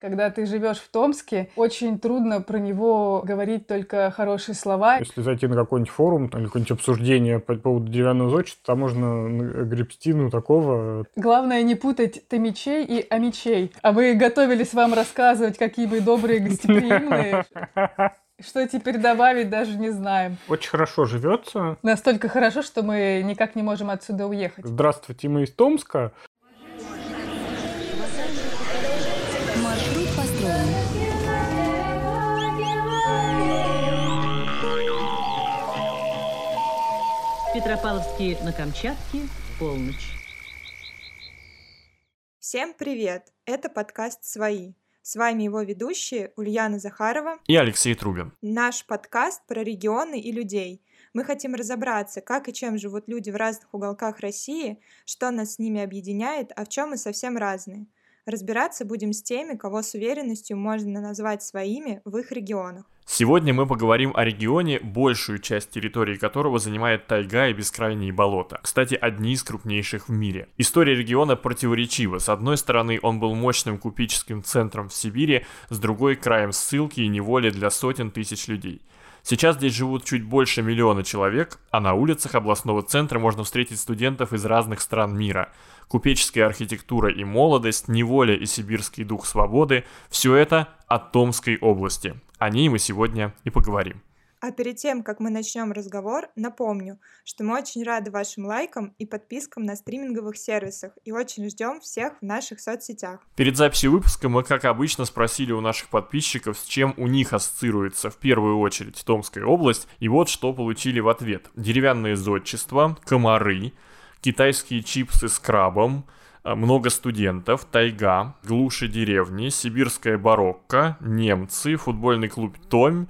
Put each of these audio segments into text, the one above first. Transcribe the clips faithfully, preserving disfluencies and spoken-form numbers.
Когда ты живешь в Томске, очень трудно про него говорить только хорошие слова. Если зайти на какой-нибудь форум или какое-нибудь обсуждение по поводу деревянного зодчества, там можно гребсти, ну, такого. Главное не путать томичей и амичей. А мы готовились вам рассказывать, какие вы добрые, гостеприимные. Что теперь добавить, даже не знаем. Очень хорошо живется. Настолько хорошо, что мы никак не можем отсюда уехать. Здравствуйте, мы из Томска. Маршрут построен. Петропавловске на Камчатке, полночь. Всем привет! Это подкаст «Свои». С вами его ведущие Ульяна Захарова и Алексей Трубин. Наш подкаст про регионы и людей. Мы хотим разобраться, как и чем живут люди в разных уголках России, что нас с ними объединяет, а в чем мы совсем разные. Разбираться будем с теми, кого с уверенностью можно назвать своими в их регионах. Сегодня мы поговорим о регионе, большую часть территории которого занимает тайга и бескрайние болота. Кстати, одни из крупнейших в мире. История региона противоречива. С одной стороны, он был мощным купеческим центром в Сибири, с другой — краем ссылки и неволи для сотен тысяч людей. Сейчас здесь живут чуть больше миллиона человек, а на улицах областного центра можно встретить студентов из разных стран мира. Купеческая архитектура и молодость, неволя и сибирский дух свободы – все это от Томской области. О ней мы сегодня и поговорим. А перед тем, как мы начнем разговор, напомню, что мы очень рады вашим лайкам и подпискам на стриминговых сервисах и очень ждем всех в наших соцсетях. Перед записью выпуска мы, как обычно, спросили у наших подписчиков, с чем у них ассоциируется в первую очередь Томская область, и вот что получили в ответ. Деревянное зодчество, комары, китайские чипсы с крабом, много студентов, тайга, глуши деревни, сибирская барокко, немцы, футбольный клуб «Томь».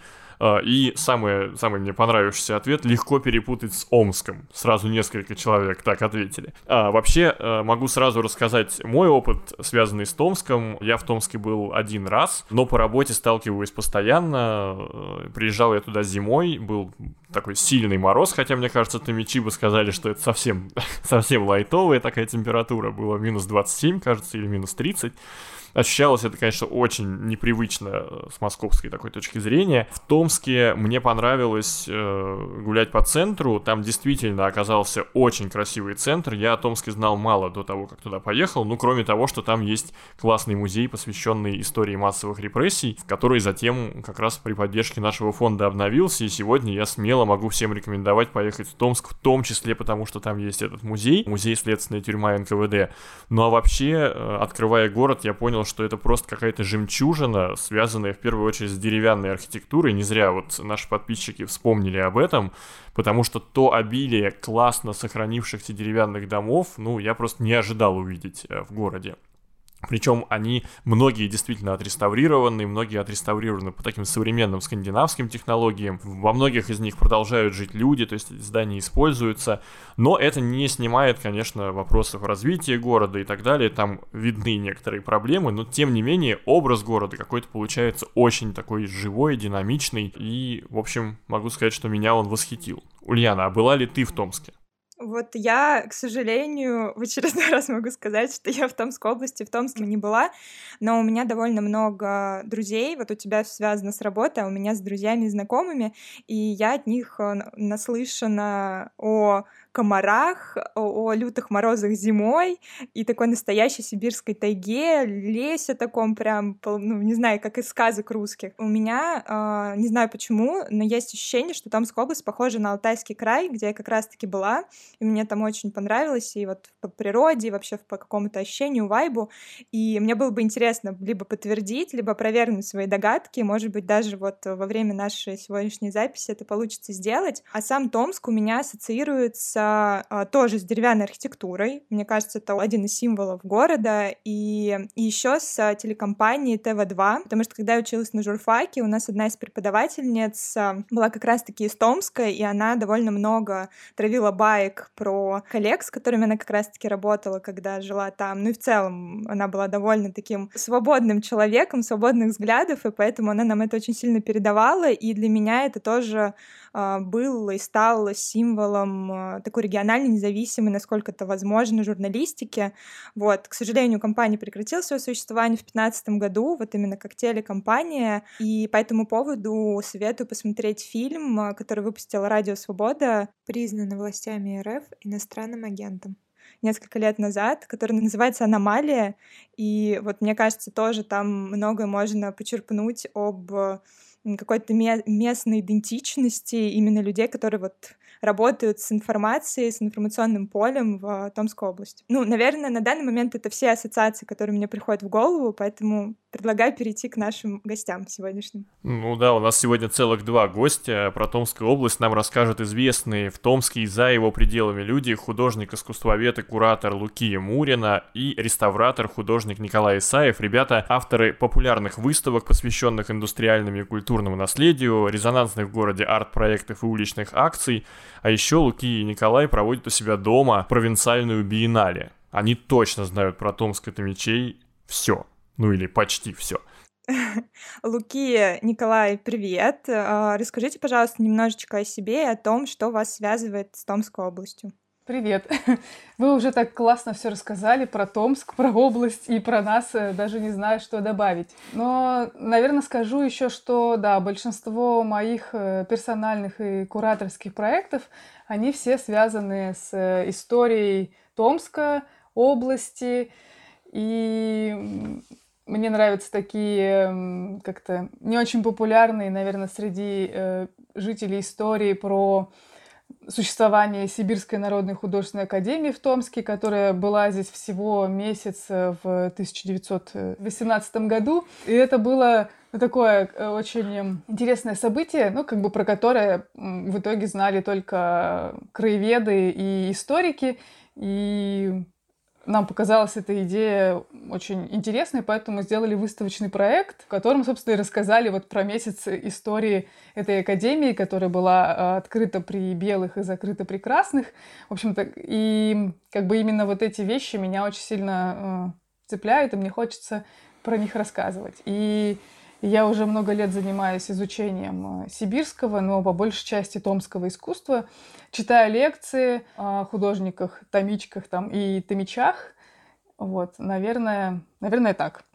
И самый, самый мне понравившийся ответ — легко перепутать с Омском. Сразу несколько человек так ответили. А, вообще, могу сразу рассказать мой опыт, связанный с Томском. Я в Томске был один раз, но по работе сталкиваюсь постоянно. Приезжал я туда зимой, был такой сильный мороз, хотя, мне кажется, томичи бы сказали, что это совсем, совсем лайтовая такая температура. Было минус двадцать семь, кажется, или минус тридцать. Ощущалось это, конечно, очень непривычно с московской такой точки зрения. В Томске мне понравилось э, гулять по центру. Там действительно оказался очень красивый центр. Я о Томске знал мало до того, как туда поехал. Ну, кроме того, что там есть классный музей, посвященный истории массовых репрессий, который затем как раз при поддержке нашего фонда обновился. И сегодня я смело могу всем рекомендовать поехать в Томск, в том числе потому, что там есть этот музей. Музей следственная тюрьма эн ка вэ дэ. Ну, а вообще, э, открывая город, я понял, что это просто какая-то жемчужина, связанная в первую очередь с деревянной архитектурой. Не зря вот наши подписчики вспомнили об этом, потому что то обилие классно сохранившихся деревянных домов, ну, я просто не ожидал увидеть в городе. Причем они, многие действительно отреставрированы, многие отреставрированы по таким современным скандинавским технологиям. Во многих из них продолжают жить люди, то есть эти здания используются. Но это не снимает, конечно, вопросов развития города и так далее. Там видны некоторые проблемы, но тем не менее образ города какой-то получается очень такой живой, динамичный. И, в общем, могу сказать, что меня он восхитил. Ульяна, а была ли ты в Томске? Вот я, к сожалению, в очередной раз могу сказать, что я в Томской области, в Томске не была, но у меня довольно много друзей, вот у тебя все связано с работой, а у меня с друзьями и знакомыми, и я от них наслышана о комарах, о, о лютых морозах зимой и такой настоящей сибирской тайге, лесе таком прям, ну, не знаю, как из сказок русских. У меня, э, не знаю почему, но есть ощущение, что Томская область похожа на Алтайский край, где я как раз-таки была, и мне там очень понравилось, и вот по природе, и вообще по какому-то ощущению, вайбу, и мне было бы интересно либо подтвердить, либо опровергнуть свои догадки, может быть, даже вот во время нашей сегодняшней записи это получится сделать. А сам Томск у меня ассоциируется тоже с деревянной архитектурой. Мне кажется, это один из символов города. И, и еще с телекомпанией тэ вэ два, потому что когда я училась на журфаке, у нас одна из преподавательниц была как раз-таки из Томска, и она довольно много травила баек про коллег, с которыми она как раз-таки работала, когда жила там. Ну и в целом она была довольно таким свободным человеком, свободных взглядов, и поэтому она нам это очень сильно передавала. И для меня это тоже а, был и стал символом а, такой региональной независимой, насколько это возможно, журналистики. Вот. К сожалению, компания прекратила свое существование в две тысячи пятнадцатом году, вот именно как телекомпания, и по этому поводу советую посмотреть фильм, а, который выпустила Радио Свобода, признанный властями эр эф иностранным агентом, несколько лет назад, который называется «Аномалия». И вот мне кажется, тоже там многое можно почерпнуть об м, какой-то ме- местной идентичности именно людей, которые вот работают с информацией, с информационным полем в Томской области. Ну, наверное, на данный момент это все ассоциации, которые мне приходят в голову, поэтому предлагаю перейти к нашим гостям сегодняшним. Ну да, у нас сегодня целых два гостя. Про Томскую область нам расскажут известные в Томске и за его пределами люди: художник-искусствовед и куратор Лукия Мурина и реставратор-художник Николай Исаев. Ребята — авторы популярных выставок, посвященных индустриальному и культурному наследию, резонансных в городе арт-проектов и уличных акций. А еще Лукия и Николай проводят у себя дома провинциальную биеннале. Они точно знают про Томск и Томичей все. Ну или почти все. Лукия, Николай, привет. А, Расскажите, пожалуйста, немножечко о себе и о том, что вас связывает с Томской областью. Привет. Вы уже так классно все рассказали про Томск, про область и про нас, э, даже не знаю, что добавить. Но, наверное, скажу еще, что, да, большинство моих э, персональных и кураторских проектов, они все связаны с э, историей Томска, области. И м, мне нравятся такие м, как-то не очень популярные, наверное, среди э, жителей истории про существование Сибирской народной художественной академии в Томске, которая была здесь всего месяц э, в тысяча девятьсот восемнадцатом году. И это было ну, такое э, очень м, интересное событие, ну, как бы про которое м, в итоге знали только краеведы и историки. И нам показалась эта идея очень интересной, поэтому сделали выставочный проект, в котором, собственно, и рассказали вот про месяц истории этой академии, которая была э, открыта при белых и закрыта при красных. В общем-то, и как бы именно вот эти вещи меня очень сильно э, цепляют, и мне хочется про них рассказывать. И я уже много лет занимаюсь изучением э, сибирского, но по большей части томского искусства. Читаю лекции о художниках, томичках там, и томичах. Вот, наверное, наверное, так.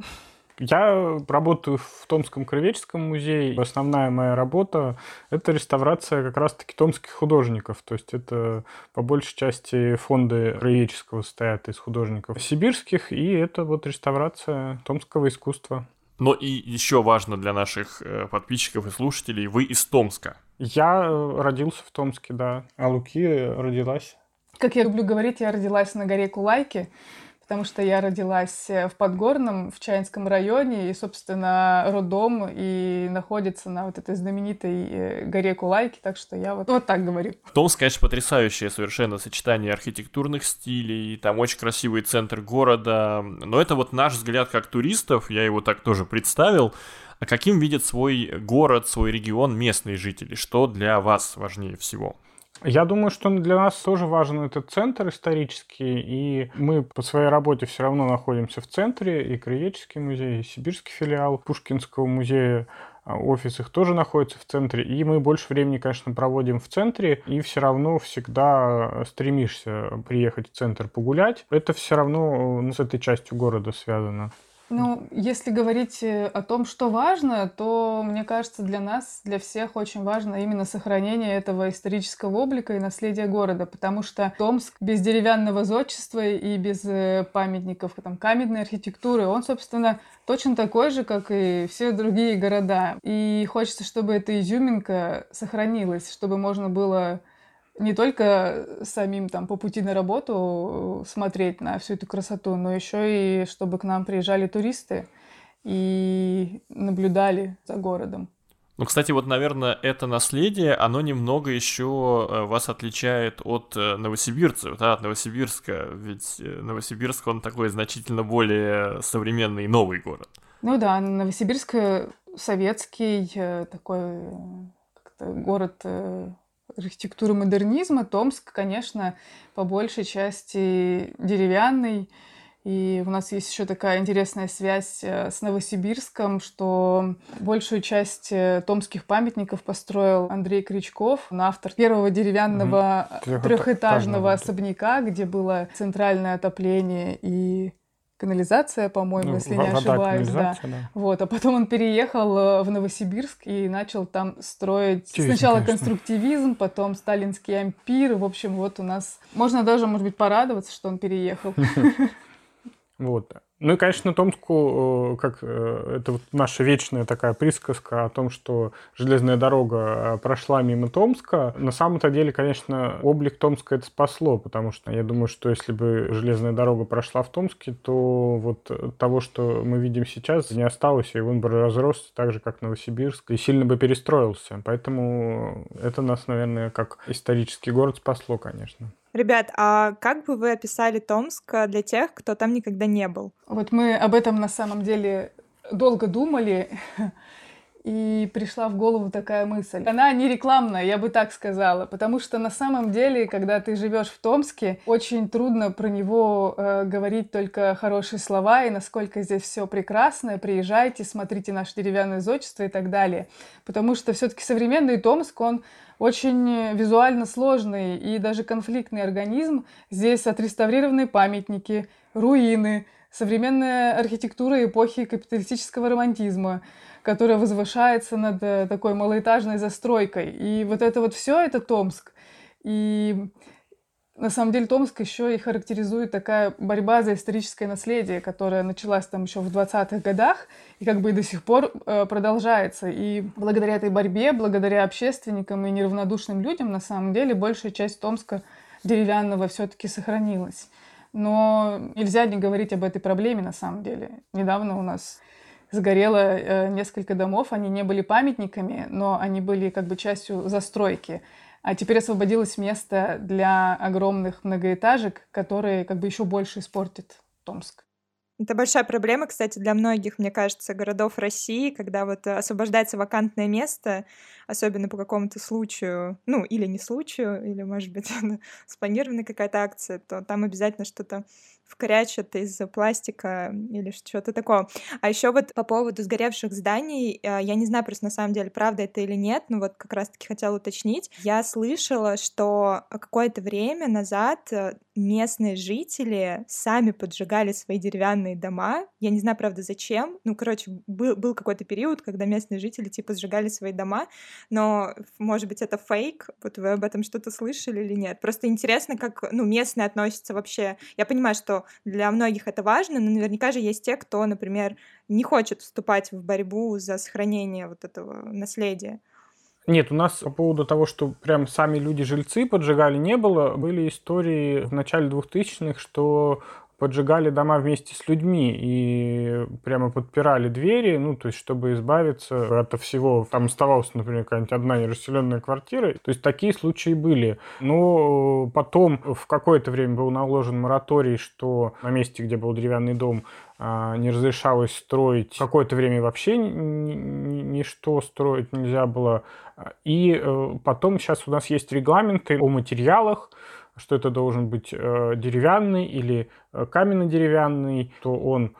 Я работаю в Томском краеведческом музее. Основная моя работа — это реставрация как раз-таки томских художников. То есть это по большей части фонды краеведческого состоят из художников сибирских, и это вот реставрация томского искусства. Но и еще важно для наших э, подписчиков и слушателей: вы из Томска. Я э, родился в Томске, да. А Лукия родилась. Как я люблю говорить, я родилась на горе Кулайки, потому что я родилась в Подгорном, в Чаинском районе, и, собственно, роддом и находится на вот этой знаменитой э, горе Кулайки, так что я вот, вот так говорю. Томск, конечно, потрясающее совершенно сочетание архитектурных стилей, там очень красивый центр города, но это вот наш взгляд как туристов, я его так тоже представил. А каким видят свой город, свой регион местные жители? Что для вас важнее всего? Я думаю, что для нас тоже важен этот центр исторический, и мы по своей работе все равно находимся в центре, и Краеведческий музей, и Сибирский филиал Пушкинского музея, офис их тоже находится в центре, и мы больше времени, конечно, проводим в центре, и все равно всегда стремишься приехать в центр погулять. Это все равно с этой частью города связано. Ну, если говорить о том, что важно, то, мне кажется, для нас, для всех очень важно именно сохранение этого исторического облика и наследия города, потому что Томск без деревянного зодчества и без памятников там, каменной архитектуры, он, собственно, точно такой же, как и все другие города. И хочется, чтобы эта изюминка сохранилась, чтобы можно было не только самим там по пути на работу смотреть на всю эту красоту, но еще и чтобы к нам приезжали туристы и наблюдали за городом. Ну, кстати, вот, наверное, это наследие, оно немного еще вас отличает от новосибирцев, да, от Новосибирска, ведь Новосибирск, он такой значительно более современный и новый город. Ну да, Новосибирск советский такой как-то город архитектуры модернизма. Томск, конечно, по большей части деревянный. И у нас есть еще такая интересная связь э, с Новосибирском, что большую часть э, томских памятников построил Андрей Крючков, он автор первого деревянного Угу. трехэтажного особняка, где было центральное отопление и канализация, по-моему, Ну, если во- не вода, ошибаюсь, да. канализация, да. Вот, а потом он переехал э, в Новосибирск и начал там строить Интересно, сначала конечно. конструктивизм, потом сталинский ампир. В общем, вот у нас можно даже, может быть, порадоваться, что он переехал. Вот. Ну и, конечно, Томску, э, как э, это вот наша вечная такая присказка о том, что железная дорога э, прошла мимо Томска. На самом-то деле, конечно, облик Томска это спасло, потому что я думаю, что если бы железная дорога прошла в Томске, то вот того, что мы видим сейчас, не осталось, и он бы разросся так же, как Новосибирск, и сильно бы перестроился. Поэтому это нас, наверное, как исторический город спасло, конечно. Ребят, а как бы вы описали Томск для тех, кто там никогда не был? Вот мы об этом на самом деле долго думали, и пришла в голову такая мысль. Она не рекламная, я бы так сказала, потому что на самом деле, когда ты живешь в Томске, очень трудно про него э, говорить только хорошие слова и насколько здесь все прекрасно. Приезжайте, смотрите наше деревянное зодчество и так далее. Потому что все-таки современный Томск, он очень визуально сложный и даже конфликтный организм. Здесь отреставрированные памятники, руины, современная архитектура эпохи капиталистического романтизма, которая возвышается над э, такой малоэтажной застройкой. И вот это вот все это Томск. И на самом деле Томск еще и характеризует такая борьба за историческое наследие, которая началась там еще в двадцатых годах и как бы и до сих пор э, продолжается. И благодаря этой борьбе, благодаря общественникам и неравнодушным людям, на самом деле большая часть Томска деревянного все-таки сохранилась. Но нельзя не говорить об этой проблеме на самом деле. Недавно у нас сгорело э, несколько домов, они не были памятниками, но они были как бы частью застройки. А теперь освободилось место для огромных многоэтажек, которые как бы еще больше испортят Томск. Это большая проблема, кстати, для многих, мне кажется, городов России, когда вот освобождается вакантное место, особенно по какому-то случаю, ну, или не случаю, или, может быть, спланированная какая-то акция, то там обязательно что-то вкорячат из пластика или что-то такое. А еще вот по поводу сгоревших зданий, я не знаю просто на самом деле, правда это или нет, но вот как раз-таки хотела уточнить. Я слышала, что какое-то время назад местные жители сами поджигали свои деревянные дома. Я не знаю, правда, зачем. Ну, короче, был, был какой-то период, когда местные жители типа сжигали свои дома, но, может быть, это фейк. Вот вы об этом что-то слышали или нет? Просто интересно, как, ну, местные относятся вообще. Я понимаю, что для многих это важно, но наверняка же есть те, кто, например, не хочет вступать в борьбу за сохранение вот этого наследия. Нет, у нас по поводу того, что прям сами люди-жильцы поджигали, не было. Были истории в начале двухтысячных, что поджигали дома вместе с людьми и прямо подпирали двери, ну, то есть, чтобы избавиться от всего. Там оставалась, например, какая-нибудь одна нерасселенная квартира. То есть, такие случаи были. Но потом в какое-то время был наложен мораторий, что на месте, где был деревянный дом, не разрешалось строить. Какое-то время вообще ничто строить нельзя было. И потом сейчас у нас есть регламенты о материалах, что это должен быть деревянный или каменно-деревянный, то он,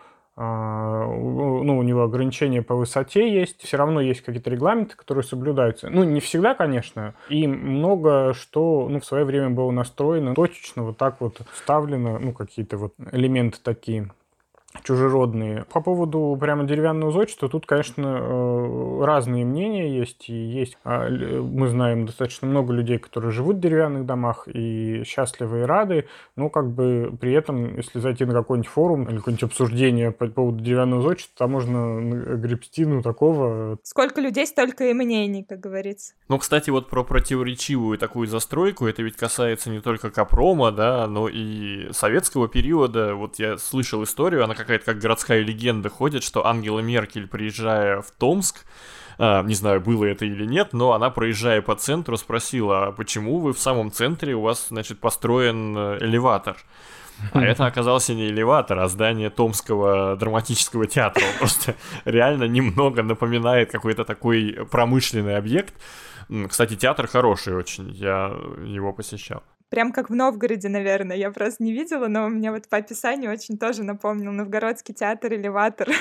ну, у него ограничения по высоте есть. Все равно есть какие-то регламенты, которые соблюдаются. Ну, не всегда, конечно. И много что, ну, в свое время было настроено точечно, вот так вот вставлено, ну, какие-то вот элементы такие чужеродные. По поводу прямо деревянного зодчества, тут, конечно, разные мнения есть. И есть, мы знаем достаточно много людей, которые живут в деревянных домах и счастливы и рады, но как бы при этом, если зайти на какой-нибудь форум или какое-нибудь обсуждение по поводу деревянного зодчества, там можно гребсти, ну, такого. Сколько людей, столько и мнений, как говорится. Ну, кстати, вот про противоречивую такую застройку, это ведь касается не только Капрома, да, но и советского периода. Вот я слышал историю, она какая-то как городская легенда ходит, что Ангела Меркель, приезжая в Томск, а, не знаю, было это или нет, но она, проезжая по центру, спросила, а почему вы в самом центре, у вас, значит, построен элеватор? А это оказался не элеватор, а здание Томского драматического театра. Он просто реально немного напоминает какой-то такой промышленный объект. Кстати, театр хороший очень, я его посещал. Прям как в Новгороде, наверное. Я просто не видела, но у меня вот по описанию очень тоже напомнил Новгородский театр «Элеватор»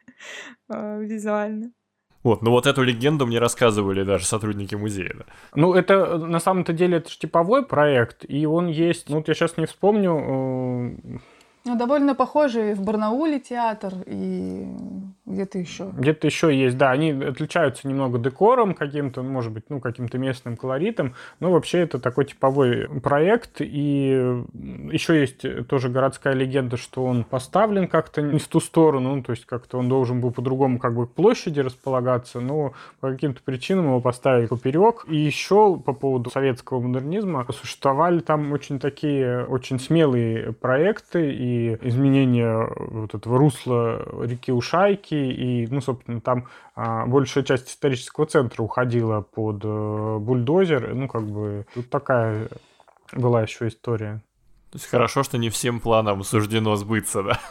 визуально. Вот, ну вот эту легенду мне рассказывали даже сотрудники музея, да. Ну, это на самом-то деле это же типовой проект, и он есть, ну вот я сейчас не вспомню. Ну, довольно похожий в Барнауле театр и где-то еще. Где-то еще есть, да, они отличаются немного декором каким-то, может быть, ну, каким-то местным колоритом, но вообще это такой типовой проект, и еще есть тоже городская легенда, что он поставлен как-то не в ту сторону, ну, то есть как-то он должен был по-другому как бы к площади располагаться, но по каким-то причинам его поставили поперек. И еще по поводу советского модернизма существовали там очень такие, очень смелые проекты, и и изменение вот этого русла реки Ушайки, и, ну, собственно, там а, большая часть исторического центра уходила под а, бульдозер, ну, как бы, тут такая была еще история. То есть хорошо, что не всем планам суждено сбыться, да?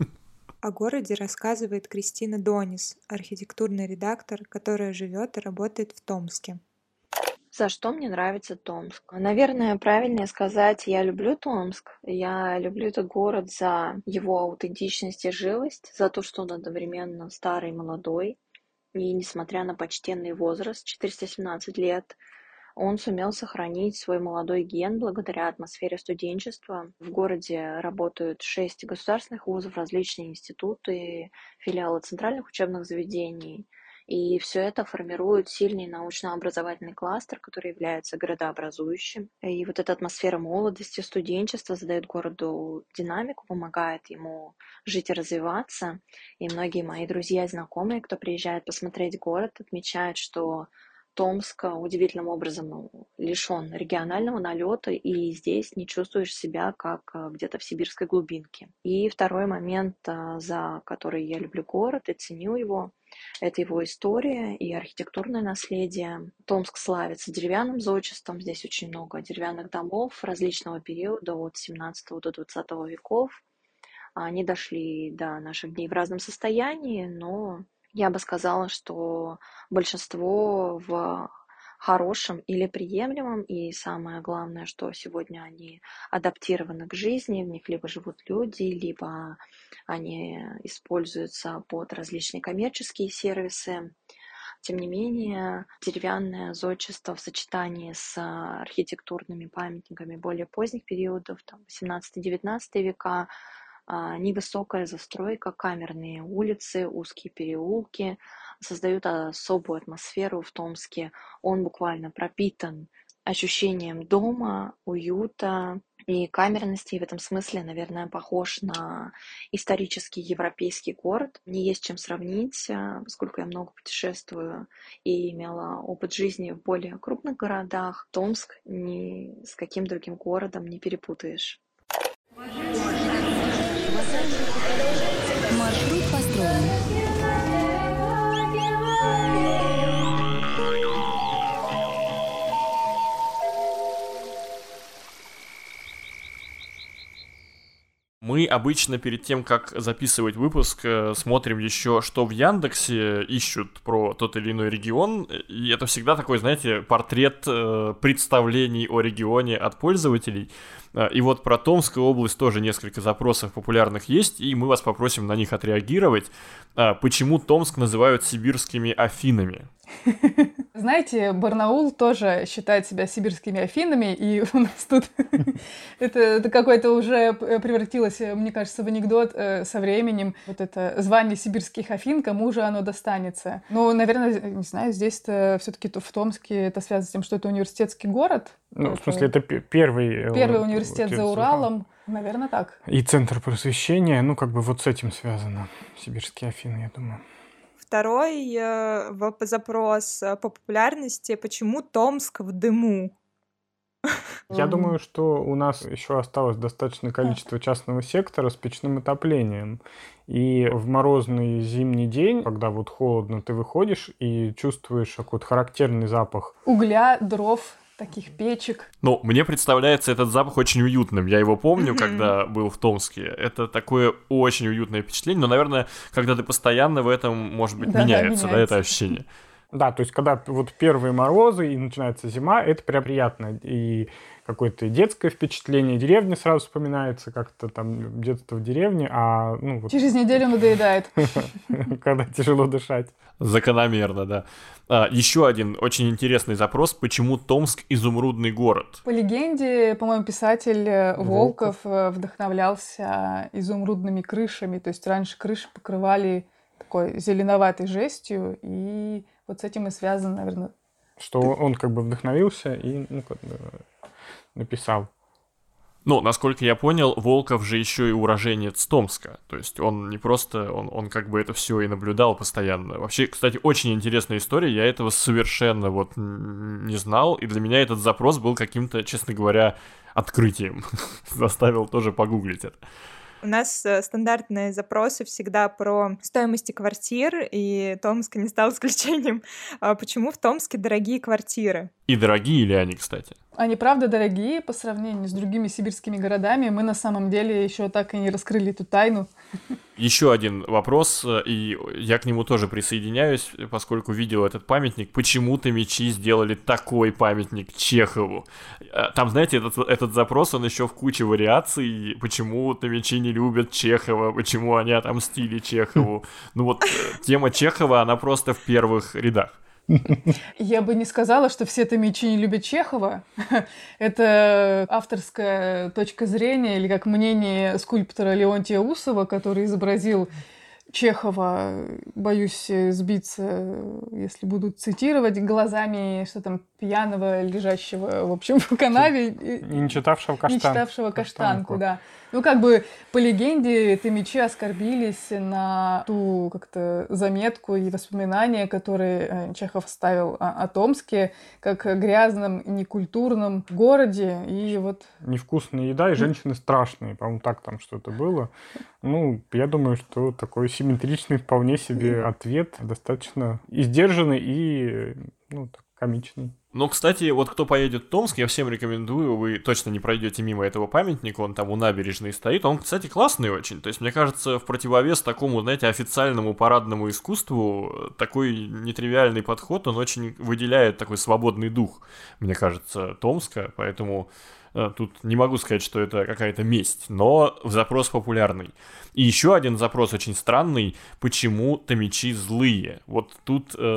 О городе рассказывает Кристина Донис, архитектурный редактор, которая живет и работает в Томске. За что мне нравится Томск? Наверное, правильнее сказать, я люблю Томск. Я люблю этот город за его аутентичность и живость, за то, что он одновременно старый и молодой. И несмотря на почтенный возраст, четыреста семнадцать лет, он сумел сохранить свой молодой ген благодаря атмосфере студенчества. В городе работают шесть государственных вузов, различные институты, филиалы центральных учебных заведений. И все это формирует сильный научно-образовательный кластер, который является городообразующим. И вот эта атмосфера молодости, студенчества задает городу динамику, помогает ему жить и развиваться. И многие мои друзья и знакомые, кто приезжает посмотреть город, отмечают, что Томск удивительным образом лишен регионального налета, и здесь не чувствуешь себя как где-то в сибирской глубинке. И второй момент, за который я люблю город и ценю его, это его история и архитектурное наследие. Томск славится деревянным зодчеством, здесь очень много деревянных домов различного периода, от семнадцатого до двадцатого веков. Они дошли до наших дней в разном состоянии, но я бы сказала, что большинство в хорошем или приемлемом, и самое главное, что сегодня они адаптированы к жизни, в них либо живут люди, либо они используются под различные коммерческие сервисы. Тем не менее, деревянное зодчество в сочетании с архитектурными памятниками более поздних периодов, там, восемнадцатый-девятнадцатый века, невысокая застройка, камерные улицы, узкие переулки создают особую атмосферу в Томске. Он буквально пропитан ощущением дома, уюта и камерности. И в этом смысле, наверное, похож на исторический европейский город. Не есть чем сравнить, поскольку я много путешествую и имела опыт жизни в более крупных городах. Томск ни с каким другим городом не перепутаешь. Маршрут построен. Мы обычно перед тем, как записывать выпуск, смотрим еще, что в Яндексе ищут про тот или иной регион. И это всегда такой, знаете, портрет представлений о регионе от пользователей. И вот про Томскую область тоже несколько запросов популярных есть, и мы вас попросим на них отреагировать. Почему Томск называют сибирскими Афинами? Знаете, Барнаул тоже считает себя сибирскими Афинами, и у нас тут это, это какое-то уже превратилось, мне кажется, в анекдот э, со временем. Вот это звание сибирских Афин, кому же оно достанется? Ну, наверное, не знаю, здесь-то все-таки в Томске это связано с тем, что это университетский город. Ну, это... в смысле, это первый... Первый университет за Уралом. Наверное, так. И центр просвещения, ну, как бы вот с этим связано. Сибирские Афины, я думаю. Второй э, запрос по популярности: почему Томск в дыму? Я думаю, что у нас еще осталось достаточное количество частного сектора с печным отоплением. И в морозный зимний день, когда вот холодно, ты выходишь и чувствуешь какой-то характерный запах угля, дров, таких печек. Ну, мне представляется этот запах очень уютным. Я его помню, mm-hmm. когда был в Томске. Это такое очень уютное впечатление. Но, наверное, когда ты постоянно в этом, может быть, да, меняется, да, меняется, да, это ощущение. Да, то есть, когда вот первые морозы и начинается зима, это прям приятно. И какое-то и детское впечатление, деревня сразу вспоминается, как-то там детство в деревне, а ну вот Через неделю надоедает. когда тяжело дышать. Закономерно, да. А, еще один очень интересный запрос. Почему Томск изумрудный город? По легенде, по-моему, писатель э, Волков. Волков э, вдохновлялся изумрудными крышами. То есть раньше крыши покрывали такой зеленоватой жестью, и вот с этим и связано, наверное. Что он как бы вдохновился и ну, как бы написал. Ну, насколько я понял, Волков же еще и уроженец Томска. То есть он не просто, он, он как бы это все и наблюдал постоянно. Вообще, кстати, очень интересная история. Я этого совершенно вот н- не знал. И для меня этот запрос был каким-то, честно говоря, открытием. Заставил тоже погуглить это. У нас э, стандартные запросы всегда про стоимости квартир, и Томск не стал исключением. А почему в Томске дорогие квартиры? И дорогие ли они, кстати? Они, правда, дорогие по сравнению с другими сибирскими городами. Мы на самом деле еще так и не раскрыли эту тайну. Еще один вопрос, и я к нему тоже присоединяюсь, поскольку видел этот памятник. Почему Томичи сделали такой памятник Чехову? Там, знаете, этот, этот запрос, он еще в куче вариаций. Почему Томичи не любят Чехова? Почему они отомстили Чехову? Ну вот, тема Чехова, она просто в первых рядах. Я бы не сказала, что все томичи не любят Чехова. Это авторская точка зрения или как мнение скульптора Леонтия Усова, который изобразил Чехова, боюсь сбиться, если буду цитировать, глазами, что там, пьяного, лежащего, в общем, в канаве. И не читавшего каштан. Не читавшего каштанку, каштанку, да. Ну, как бы, по легенде, томичи оскорбились на ту как-то заметку и воспоминания, которые Чехов оставил о, о Томске, как грязном и некультурном городе, и вот... Невкусная еда и женщины страшные, по-моему, так там что-то было. Ну, я думаю, что такой симметричный вполне себе ответ, достаточно и сдержанный, и ну, так, комичный. Ну, кстати, вот кто поедет в Томск, я всем рекомендую, вы точно не пройдете мимо этого памятника, он там у набережной стоит, он, кстати, классный очень, то есть, мне кажется, в противовес такому, знаете, официальному парадному искусству, такой нетривиальный подход, он очень выделяет такой свободный дух, мне кажется, Томска, поэтому... Тут не могу сказать, что это какая-то месть, но запрос популярный. И еще один запрос очень странный. Почему томичи злые? Вот тут э,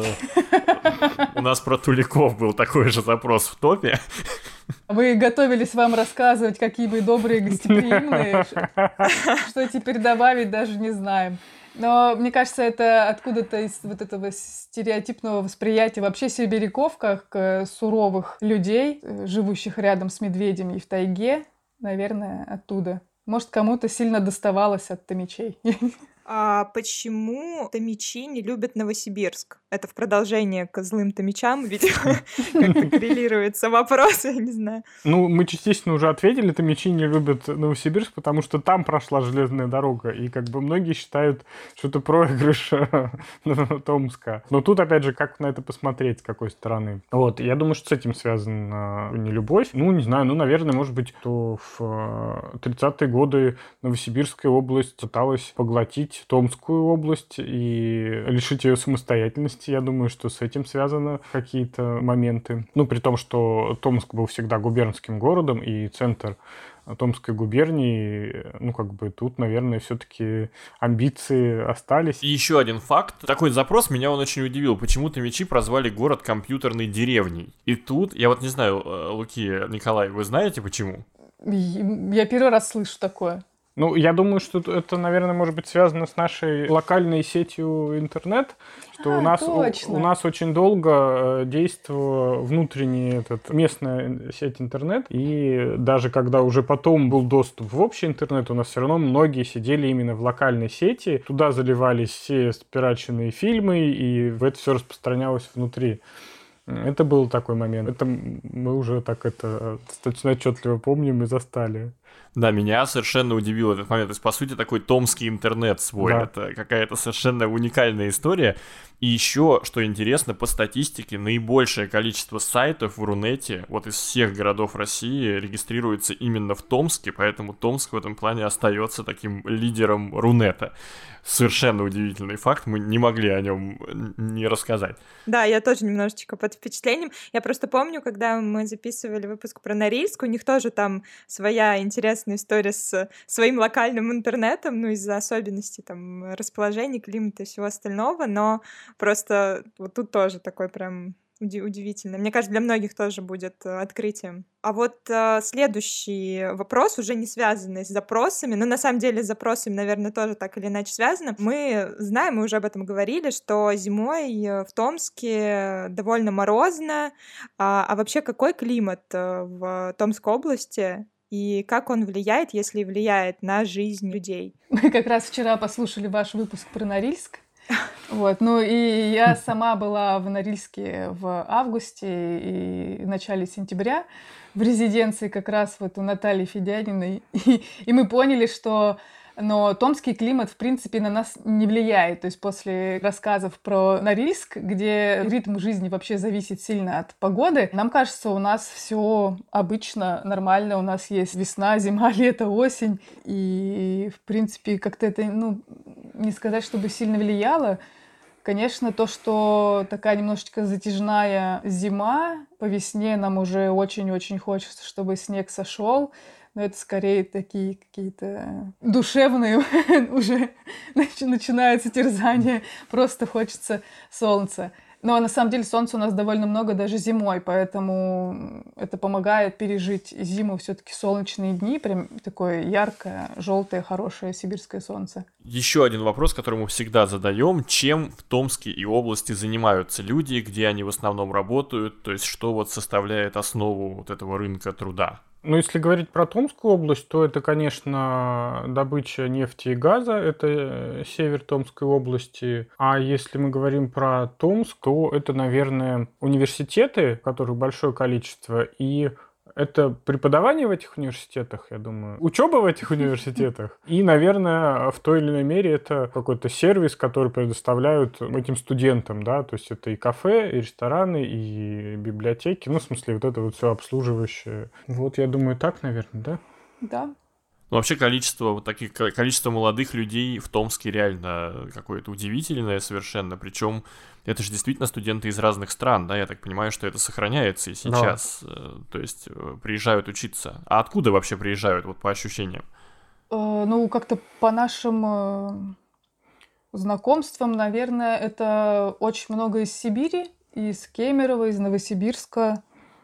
у нас про Туликов был такой же запрос в топе. Мы готовились вам рассказывать, какие мы добрые, гостеприимные. Что теперь добавить, даже не знаем. Но мне кажется, это откуда-то из вот этого стереотипного восприятия вообще сибиряков, как суровых людей, живущих рядом с медведями и в тайге, наверное, оттуда. Может, кому-то сильно доставалось от томичей. А почему томичи не любят Новосибирск? Это в продолжение к злым томичам, видимо, как-то коррелируется вопрос, я не знаю. Ну, мы частично уже ответили, томичи не любят Новосибирск, потому что там прошла железная дорога, и как бы многие считают, что это проигрыш Томска. Но тут, опять же, как на это посмотреть, с какой стороны. Вот, я думаю, что с этим связана нелюбовь. Ну, не знаю, ну, наверное, может быть, то в тридцатые годы Новосибирская область пыталась поглотить Томскую область и лишить ее самостоятельности. Я думаю, что с этим связаны какие-то моменты. Ну, при том, что Томск был всегда губернским городом, и центр Томской губернии, ну, как бы тут, наверное, все-таки амбиции остались. И еще один факт. Такой запрос, меня он очень удивил. Почему томичи прозвали город компьютерной деревней? И тут, я вот не знаю, Луки, Николай, вы знаете почему? Я первый раз слышу такое. Ну, я думаю, что это, наверное, может быть связано с нашей локальной сетью интернет, что а, у, нас, у, у нас очень долго действовала внутренняя этот, местная сеть интернет, и даже когда уже потом был доступ в общий интернет, у нас все равно многие сидели именно в локальной сети, туда заливались все спираченные фильмы, и это все распространялось внутри. Это был такой момент. Это мы уже так это достаточно отчетливо помним и застали. Да, меня совершенно удивил этот момент. То есть, по сути, такой томский интернет свой. Да. Это какая-то совершенно уникальная история. И еще, что интересно, по статистике, наибольшее количество сайтов в Рунете, вот из всех городов России, регистрируется именно в Томске, поэтому Томск в этом плане остается таким лидером Рунета. Совершенно удивительный факт, мы не могли о нем не рассказать. Да, я тоже немножечко под впечатлением. Я просто помню, когда мы записывали выпуск про Норильск, у них тоже там своя интересная история с своим локальным интернетом, ну, из-за особенностей там расположения, климата и всего остального, но просто вот тут тоже такой прям уди- удивительно. Мне кажется, для многих тоже будет э, открытием. А вот э, следующий вопрос, уже не связанный с запросами, но на самом деле с запросами, наверное, тоже так или иначе связано. Мы знаем, мы уже об этом говорили, что зимой э, в Томске довольно морозно. А, а вообще какой климат э, в Томской области? И как он влияет, если влияет на жизнь людей? Мы как раз вчера послушали ваш выпуск про Норильск. Вот, ну и я сама была в Норильске в августе и в начале сентября в резиденции как раз вот у Натальи Федяниной. И, и мы поняли, что но томский климат, в принципе, на нас не влияет. То есть после рассказов про Норильск, где ритм жизни вообще зависит сильно от погоды, нам кажется, у нас все обычно нормально. У нас есть весна, зима, лето, осень. И, в принципе, как-то это, ну, не сказать, чтобы сильно влияло. Конечно, то, что такая немножечко затяжная зима, по весне нам уже очень-очень хочется, чтобы снег сошел. Но это скорее такие какие-то душевные уже начинаются терзания. Просто хочется солнца. Но на самом деле солнца у нас довольно много даже зимой, поэтому это помогает пережить зиму, все-таки солнечные дни, прям такое яркое, желтое, хорошее сибирское солнце. Еще один вопрос, который мы всегда задаем: чем в Томске и области занимаются люди, где они в основном работают, то есть что вот составляет основу вот этого рынка труда? Ну, если говорить про Томскую область, то это, конечно, добыча нефти и газа, это север Томской области. А если мы говорим про Томск, то это, наверное, университеты, которых большое количество, и это преподавание в этих университетах, я думаю, учеба в этих университетах. И, наверное, в той или иной мере это какой-то сервис, который предоставляют этим студентам, да, то есть это и кафе, и рестораны, и библиотеки, ну, в смысле, вот это вот все обслуживающее. Вот, я думаю, так, наверное, да? Да. Ну, вообще количество вот таких количество молодых людей в Томске реально какое-то удивительное совершенно. Причем это же действительно студенты из разных стран, да, я так понимаю, что это сохраняется и сейчас. Да. То есть приезжают учиться. А откуда вообще приезжают, вот по ощущениям? Э, ну, как-то по нашим э, знакомствам, наверное, это очень много из Сибири, из Кемерово, из Новосибирска.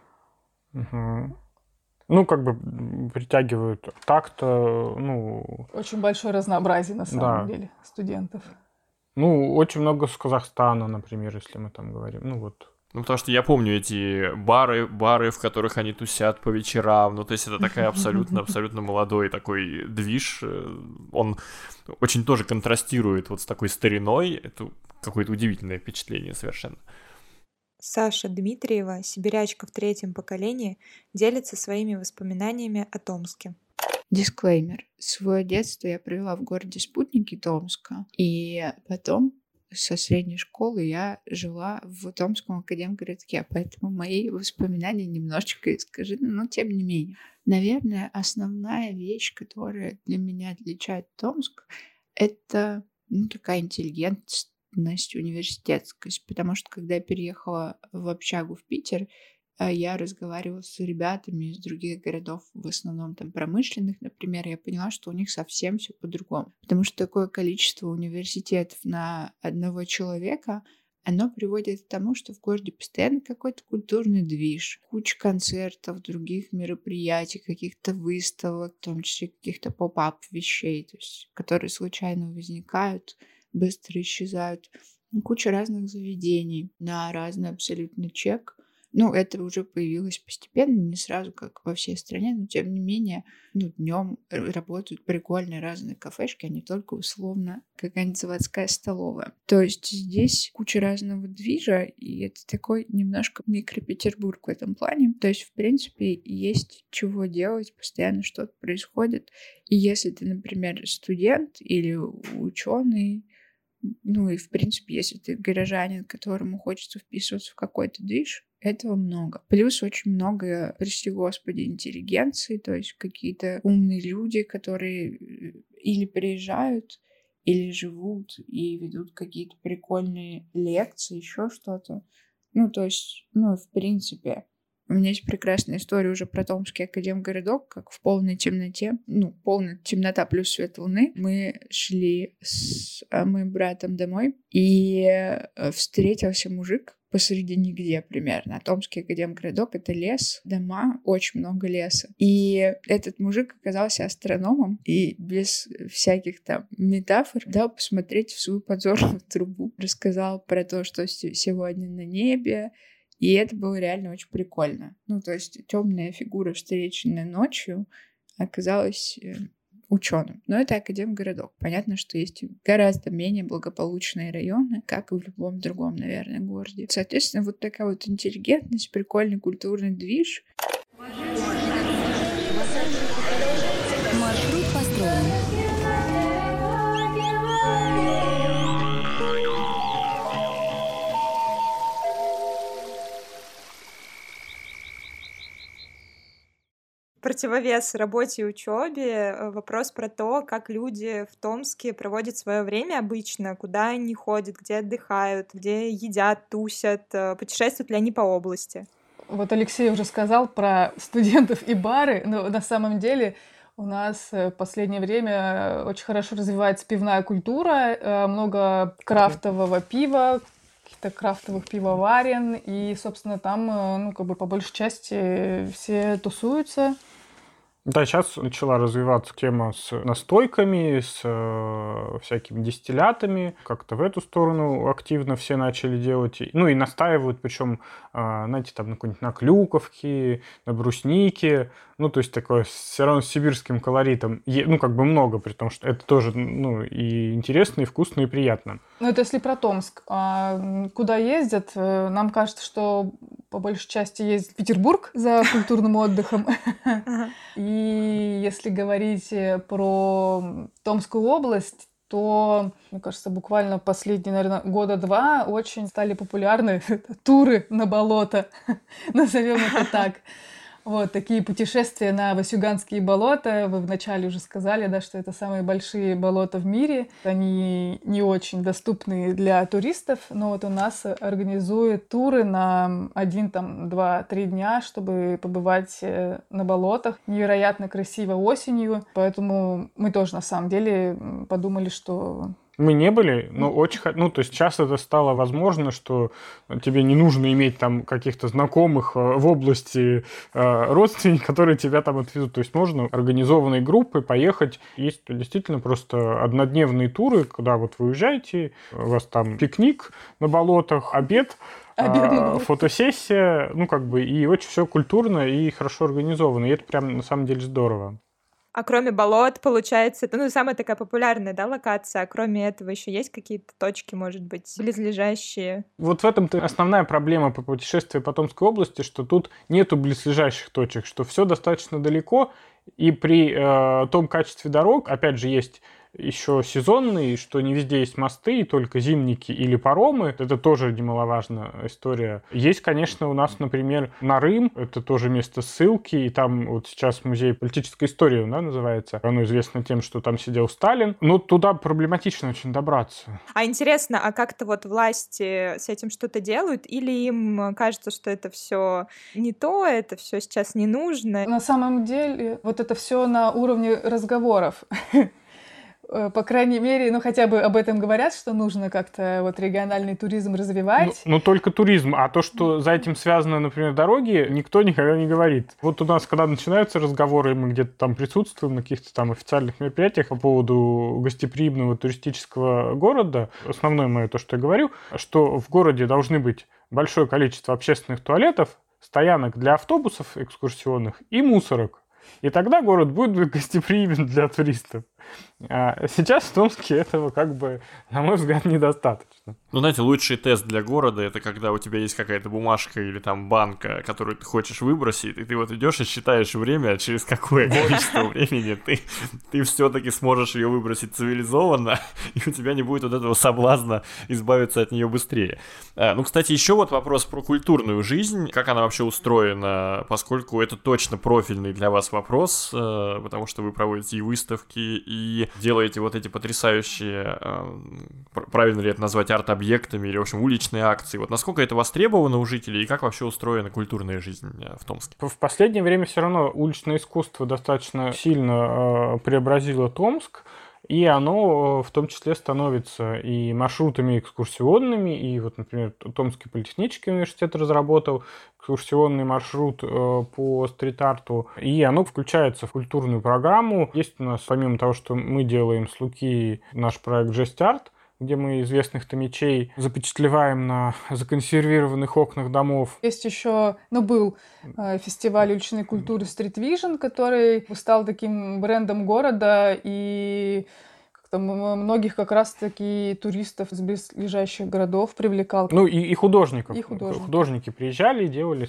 Угу. Ну, как бы притягивают так-то, ну... Очень большое разнообразие, на самом да. деле, студентов. Ну, очень много с Казахстана, например, если мы там говорим, ну вот. Ну, потому что я помню эти бары, бары, в которых они тусят по вечерам, ну, то есть это такая абсолютно-абсолютно молодой такой движ, он очень тоже контрастирует вот с такой стариной, это какое-то удивительное впечатление совершенно. Саша Дмитриева, сибирячка в третьем поколении, делится своими воспоминаниями о Томске. Дисклеймер. Свое детство я провела в городе Спутники Томска, и потом со средней школы я жила в Томском академгородке, поэтому мои воспоминания немножечко искажены, но тем не менее. Наверное, основная вещь, которая для меня отличает Томск, это ну, такая интеллигентность, университетскость, потому что когда я переехала в общагу в Питер, я разговаривала с ребятами из других городов, в основном там промышленных, например, я поняла, что у них совсем все по-другому, потому что такое количество университетов на одного человека, оно приводит к тому, что в городе постоянно какой-то культурный движ, куча концертов, других мероприятий, каких-то выставок, в том числе каких-то поп-ап вещей, то есть, которые случайно возникают, быстро исчезают. Куча разных заведений на разный абсолютно чек. Ну, это уже появилось постепенно, не сразу, как во всей стране, но тем не менее, ну, днем работают прикольные разные кафешки, а не только условно какая-нибудь заводская столовая. То есть здесь куча разного движа, и это такой немножко микропетербург в этом плане. То есть, в принципе, есть чего делать, постоянно что-то происходит. И если ты, например, студент или ученый, ну и, в принципе, если ты горожанин, которому хочется вписываться в какой-то движ, этого много. Плюс очень много, прости господи, интеллигенции, то есть какие-то умные люди, которые или приезжают, или живут и ведут какие-то прикольные лекции, еще что-то. Ну, то есть, ну, в принципе, у меня есть прекрасная история уже про Томский академгородок, как в полной темноте, ну, полная темнота плюс свет луны, мы шли с моим братом домой, и встретился мужик посреди нигде примерно. А Томский академгородок — это лес, дома, очень много леса. И этот мужик оказался астрономом и без всяких там метафор дал посмотреть в свою подзорную трубу. Рассказал про то, что сегодня на небе. И это было реально очень прикольно. Ну, то есть темная фигура, встреченная ночью, оказалась ученым. Но это академгородок. Понятно, что есть гораздо менее благополучные районы, как и в любом другом, наверное, городе. Соответственно, вот такая вот интеллигентность, прикольный культурный движ. Маршрут построен. Противовес работе и учебе вопрос про то, как люди в Томске проводят свое время обычно, куда они ходят, где отдыхают, где едят, тусят, путешествуют ли они по области. Вот Алексей уже сказал про студентов и бары, но на самом деле у нас в последнее время очень хорошо развивается пивная культура, много крафтового пива, каких-то крафтовых пивоварен, и, собственно, там, ну, как бы по большей части все тусуются. Да, сейчас начала развиваться тема с настойками, с э, всякими дистиллятами. Как-то в эту сторону активно все начали делать. Ну и настаивают, причем, э, знаете, там на какой-нибудь на клюковке, на бруснике. Ну, то есть такое все равно с сибирским колоритом. Е- ну, как бы много, при том, что это тоже, ну, и интересно, и вкусно, и приятно. Ну, это если про Томск. А куда ездят? Нам кажется, что по большей части ездит в Петербург за культурным отдыхом. И если говорить про Томскую область, то, мне кажется, буквально последние, наверное, года два очень стали популярны туры на болото, назовем это так. Вот такие путешествия на Васюганские болота. Вы вначале уже сказали, да, что это самые большие болота в мире. Они не очень доступны для туристов, но вот у нас организуют туры на один, там, два, три дня, чтобы побывать на болотах. Невероятно красиво осенью, поэтому мы тоже на самом деле подумали, что... Мы не были, но очень... Ну, то есть сейчас это стало возможно, что тебе не нужно иметь там каких-то знакомых в области родственников, которые тебя там отвезут. То есть можно организованной группой поехать. Есть действительно просто однодневные туры, куда вот вы уезжаете, у вас там пикник на болотах, обед, Обедный фотосессия, ну, как бы, и очень все культурно и хорошо организовано. И это прям на самом деле здорово. А кроме болот, получается, это, ну, самая такая популярная, да, локация, а кроме этого еще есть какие-то точки, может быть, близлежащие? Вот в этом-то основная проблема по путешествию по Томской области, что тут нету близлежащих точек, что все достаточно далеко, и при э, том качестве дорог, опять же, есть еще сезонные, что не везде есть мосты, только зимники или паромы. Это тоже немаловажная история. Есть, конечно, у нас, например, Нарым. Это тоже место ссылки. И там вот сейчас музей политической истории, да, называется. Оно известно тем, что там сидел Сталин. Но туда проблематично очень добраться. А интересно, а как-то вот власти с этим что-то делают? Или им кажется, что это все не то, это все сейчас не нужно? На самом деле, вот это все на уровне разговоров. По крайней мере, ну хотя бы об этом говорят, что нужно как-то вот региональный туризм развивать. Ну, ну только туризм, а то, что за этим связано, например, дороги, никто никогда не говорит. Вот у нас, когда начинаются разговоры, мы где-то там присутствуем на каких-то там официальных мероприятиях по поводу гостеприимного туристического города, основное мое то, что я говорю, что в городе должны быть большое количество общественных туалетов, стоянок для автобусов экскурсионных и мусорок. И тогда город будет гостеприимен для туристов. А сейчас в Томске этого, как бы, на мой взгляд, недостаточно. Ну, знаете, лучший тест для города — это когда у тебя есть какая-то бумажка или там банка, которую ты хочешь выбросить, и ты вот идешь и считаешь время, через какое количество времени ты, ты все-таки сможешь ее выбросить цивилизованно, и у тебя не будет вот этого соблазна избавиться от нее быстрее. А, ну, кстати, еще вот вопрос про культурную жизнь, как она вообще устроена, поскольку это точно профильный для вас вопрос, потому что вы проводите и выставки, и делаете вот эти потрясающие, правильно ли это назвать, арт-объектами или, в общем, уличные акции. Вот насколько это востребовано у жителей и как вообще устроена культурная жизнь в Томске? В последнее время все равно уличное искусство достаточно сильно преобразило Томск, и оно в том числе становится и маршрутами экскурсионными, и вот, например, Томский политехнический университет разработал экскурсионный маршрут по стрит-арту, и оно включается в культурную программу. Есть у нас, помимо того, что мы делаем с Луки наш проект «Жесть-арт», где мы известных томичей запечатлеваем на законсервированных окнах домов. Есть еще, ну, был э, фестиваль уличной культуры Street Vision, который стал таким брендом города, и как-то многих как раз-таки туристов из близлежащих городов привлекал. Ну и, и художников. И художники. Художники приезжали и делали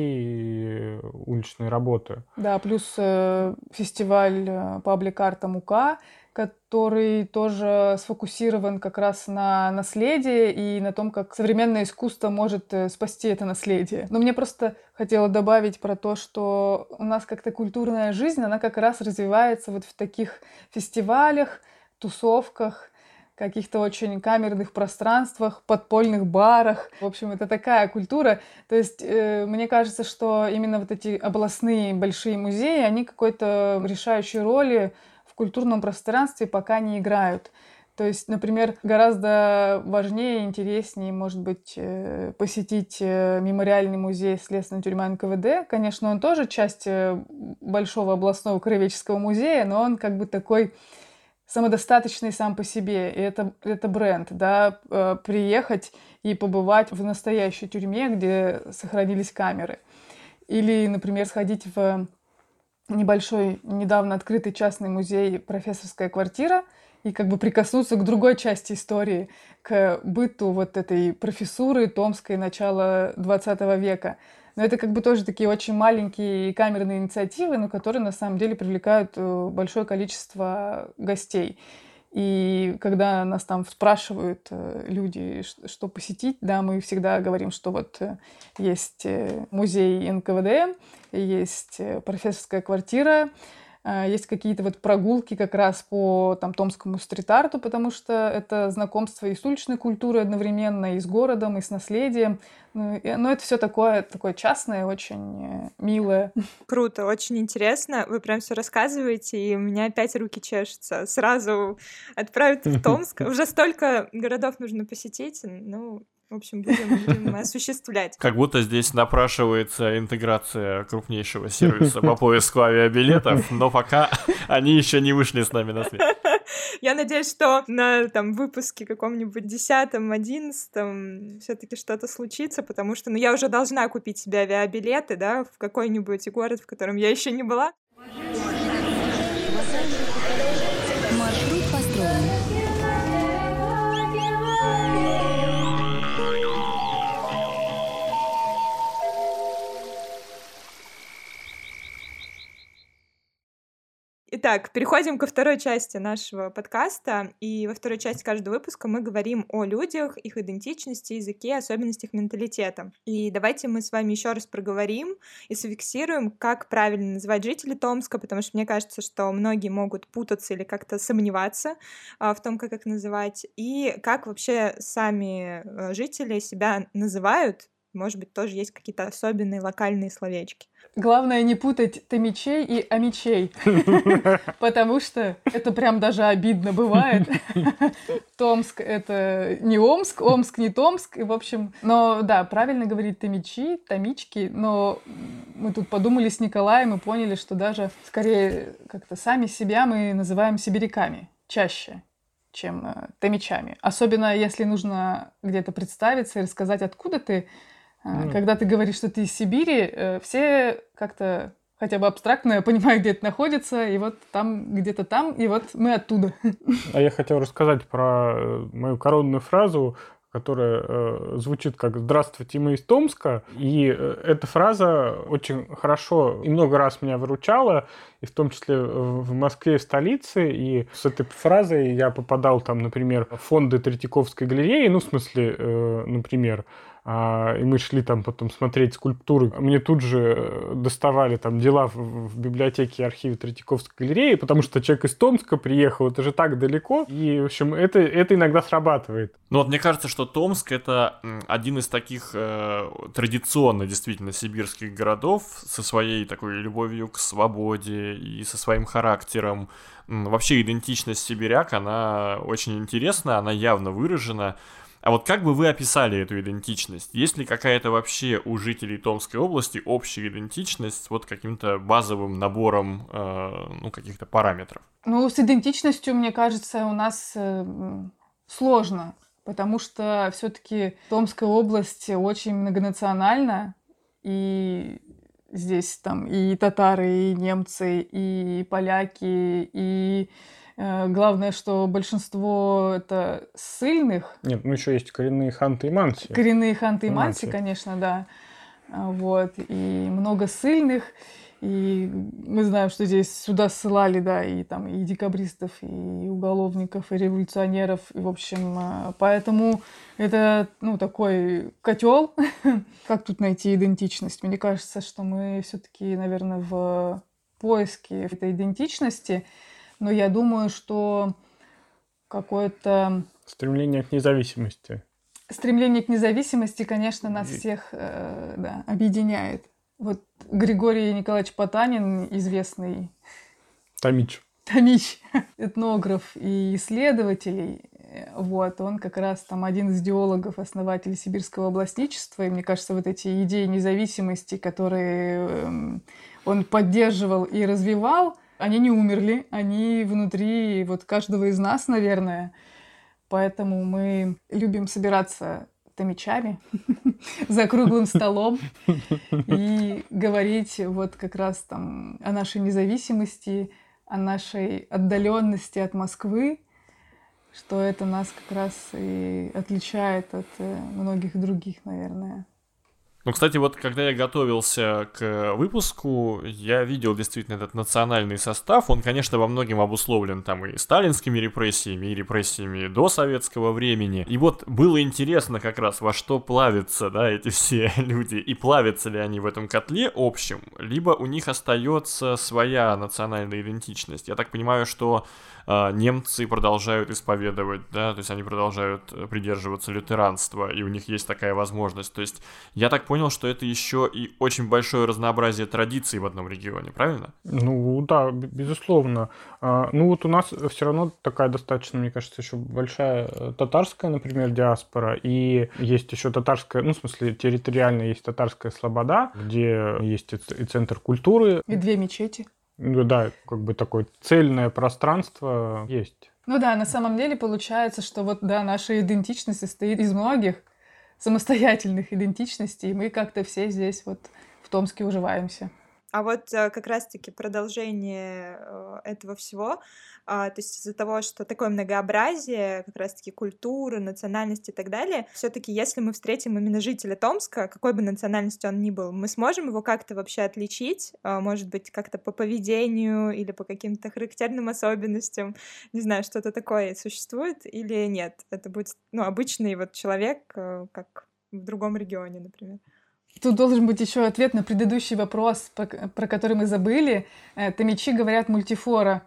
свои уличные работы. Да, плюс э, фестиваль паблик-арта «Мука», который тоже сфокусирован как раз на наследии и на том, как современное искусство может спасти это наследие. Но мне просто хотела добавить про то, что у нас как-то культурная жизнь, она как раз развивается вот в таких фестивалях, тусовках, каких-то очень камерных пространствах, подпольных барах. В общем, это такая культура. То есть э, мне кажется, что именно вот эти областные большие музеи, они какой-то решающей роли в культурном пространстве пока не играют. То есть, например, гораздо важнее и интереснее, может быть, посетить мемориальный музей Следственной тюрьмы эн ка вэ дэ. Конечно, он тоже часть большого областного краеведческого музея, но он как бы такой самодостаточный сам по себе. И это, это бренд, да, приехать и побывать в настоящей тюрьме, где сохранились камеры. Или, например, сходить в небольшой, недавно открытый частный музей «Профессорская квартира» и как бы прикоснуться к другой части истории, к быту вот этой профессуры томской начала двадцатого века. Но это как бы тоже такие очень маленькие камерные инициативы, но которые на самом деле привлекают большое количество гостей. И когда нас там спрашивают люди, что посетить, да, мы всегда говорим, что вот есть музей эн ка вэ дэ, есть профессорская квартира, есть какие-то вот прогулки как раз по там, томскому стрит-арту, потому что это знакомство и с уличной культурой одновременно, и с городом, и с наследием. Но это все такое, такое частное, очень милое. Круто, очень интересно. Вы прям все рассказываете, и у меня опять руки чешутся. Сразу отправиться в Томск. Уже столько городов нужно посетить. Ну, в общем, будем, будем осуществлять. Как будто здесь напрашивается интеграция крупнейшего сервиса по поиску авиабилетов, но пока они еще не вышли с нами на связь. Я надеюсь, что на там, выпуске каком-нибудь десятом, одиннадцатом все-таки что-то случится, потому что ну, я уже должна купить себе авиабилеты, да, в какой-нибудь город, в котором я еще не была. Маршрут построен. Итак, переходим ко второй части нашего подкаста. И во второй части каждого выпуска мы говорим о людях, их идентичности, языке, особенностях менталитета. И давайте мы с вами еще раз проговорим и зафиксируем, как правильно называть жителей Томска, потому что мне кажется, что многие могут путаться или как-то сомневаться а, в том, как их называть, и как вообще сами жители себя называют. Может быть, тоже есть какие-то особенные локальные словечки. Главное не путать томичей и амичей, потому что это прям даже обидно бывает. Томск — это не Омск, Омск — не Томск, и в общем... Но да, правильно говорить томичи, томички, но мы тут подумали с Николаем и поняли, что даже скорее как-то сами себя мы называем сибиряками чаще, чем томичами. Особенно если нужно где-то представиться и рассказать, откуда ты, А, Ну. Когда ты говоришь, что ты из Сибири, э, все как-то хотя бы абстрактно понимают, где это находится, и вот там, где-то там, и вот мы оттуда. А я хотел рассказать про э, мою коронную фразу, которая э, звучит как «Здравствуйте, мы из Томска». И э, эта фраза очень хорошо и много раз меня выручала, и в том числе в в Москве, в столице. И с этой фразой я попадал там, например, в фонды Третьяковской галереи, ну, в смысле, э, например, а, и мы шли там потом смотреть скульптуры. Мне тут же э, доставали там дела в, в библиотеке и архиве Третьяковской галереи, потому что человек из Томска приехал, это же так далеко. И, в общем, это, это иногда срабатывает. Ну вот мне кажется, что Томск — это м, один из таких э, традиционно действительно сибирских городов со своей такой любовью к свободе и со своим характером. М, Вообще идентичность сибиряк, она очень интересна, она явно выражена. А вот как бы вы описали эту идентичность? Есть ли какая-то вообще у жителей Томской области общая идентичность с вот каким-то базовым набором э, ну, каких-то параметров? Ну, с идентичностью, мне кажется, у нас э, м, сложно, потому что все-таки Томская область очень многонациональна, и здесь там и татары, и немцы, и поляки, и э, главное, что большинство это ссыльных, Нет, ну еще есть коренные ханты и манси. коренные ханты и И манси, манси. конечно, да. А, Вот. И много ссыльных. И мы знаем, что здесь сюда ссылали, да, и там и декабристов, и уголовников, и революционеров. И, в общем, а, поэтому это, ну, такой котел. Как тут найти идентичность? Мне кажется, что мы все-таки, наверное, в поиске этой идентичности. Но я думаю, что какое-то Стремление к независимости. стремление к независимости, конечно, нас И- всех э, да, объединяет. Вот Григорий Николаевич Потанин, известный Томич. Томич, этнограф и исследователь, э, вот, он как раз там один из идеологов, основатель сибирского областничества, и мне кажется, вот эти идеи независимости, которые эм, он поддерживал и развивал, они не умерли, они внутри вот каждого из нас, наверное. Поэтому мы любим собираться томичами за круглым столом и говорить вот как раз там о нашей независимости, о нашей отдаленности от Москвы, что это нас как раз и отличает от э, многих других, наверное. Ну, кстати, вот когда я готовился к выпуску, я видел действительно этот национальный состав. Он, конечно, во многом обусловлен там и сталинскими репрессиями, и репрессиями до советского времени. И вот было интересно как раз, во что плавятся, да, эти все люди, и плавятся ли они в этом котле общем, либо у них остается своя национальная идентичность. Я так понимаю, что э, немцы продолжают исповедовать, да, то есть они продолжают придерживаться лютеранства, и у них есть такая возможность. То есть я так понял, что это еще и очень большое разнообразие традиций в одном регионе, правильно? Ну да, б- безусловно. А, Ну вот у нас все равно такая достаточно, мне кажется, еще большая э, татарская, например, диаспора. И есть еще татарская, ну в смысле территориально есть татарская Слобода, где есть и ц- и центр культуры. И две мечети. Ну да, как бы такое цельное пространство есть. Ну да, на самом деле получается, что вот, да, наша идентичность состоит из многих самостоятельных идентичностей, и мы как-то все здесь вот в Томске уживаемся. А вот э, как раз-таки продолжение э, этого всего, а, то есть из-за того, что такое многообразие, как раз-таки культуры, национальности и так далее, все-таки если мы встретим именно жителя Томска, какой бы национальности он ни был, мы сможем его как-то вообще отличить, а, может быть, как-то по поведению или по каким-то характерным особенностям, не знаю, что-то такое существует или нет? Это будет, ну, обычный вот человек, э, как в другом регионе, например. Тут должен быть еще ответ на предыдущий вопрос, про, про который мы забыли. Э, Томичи говорят мультифора.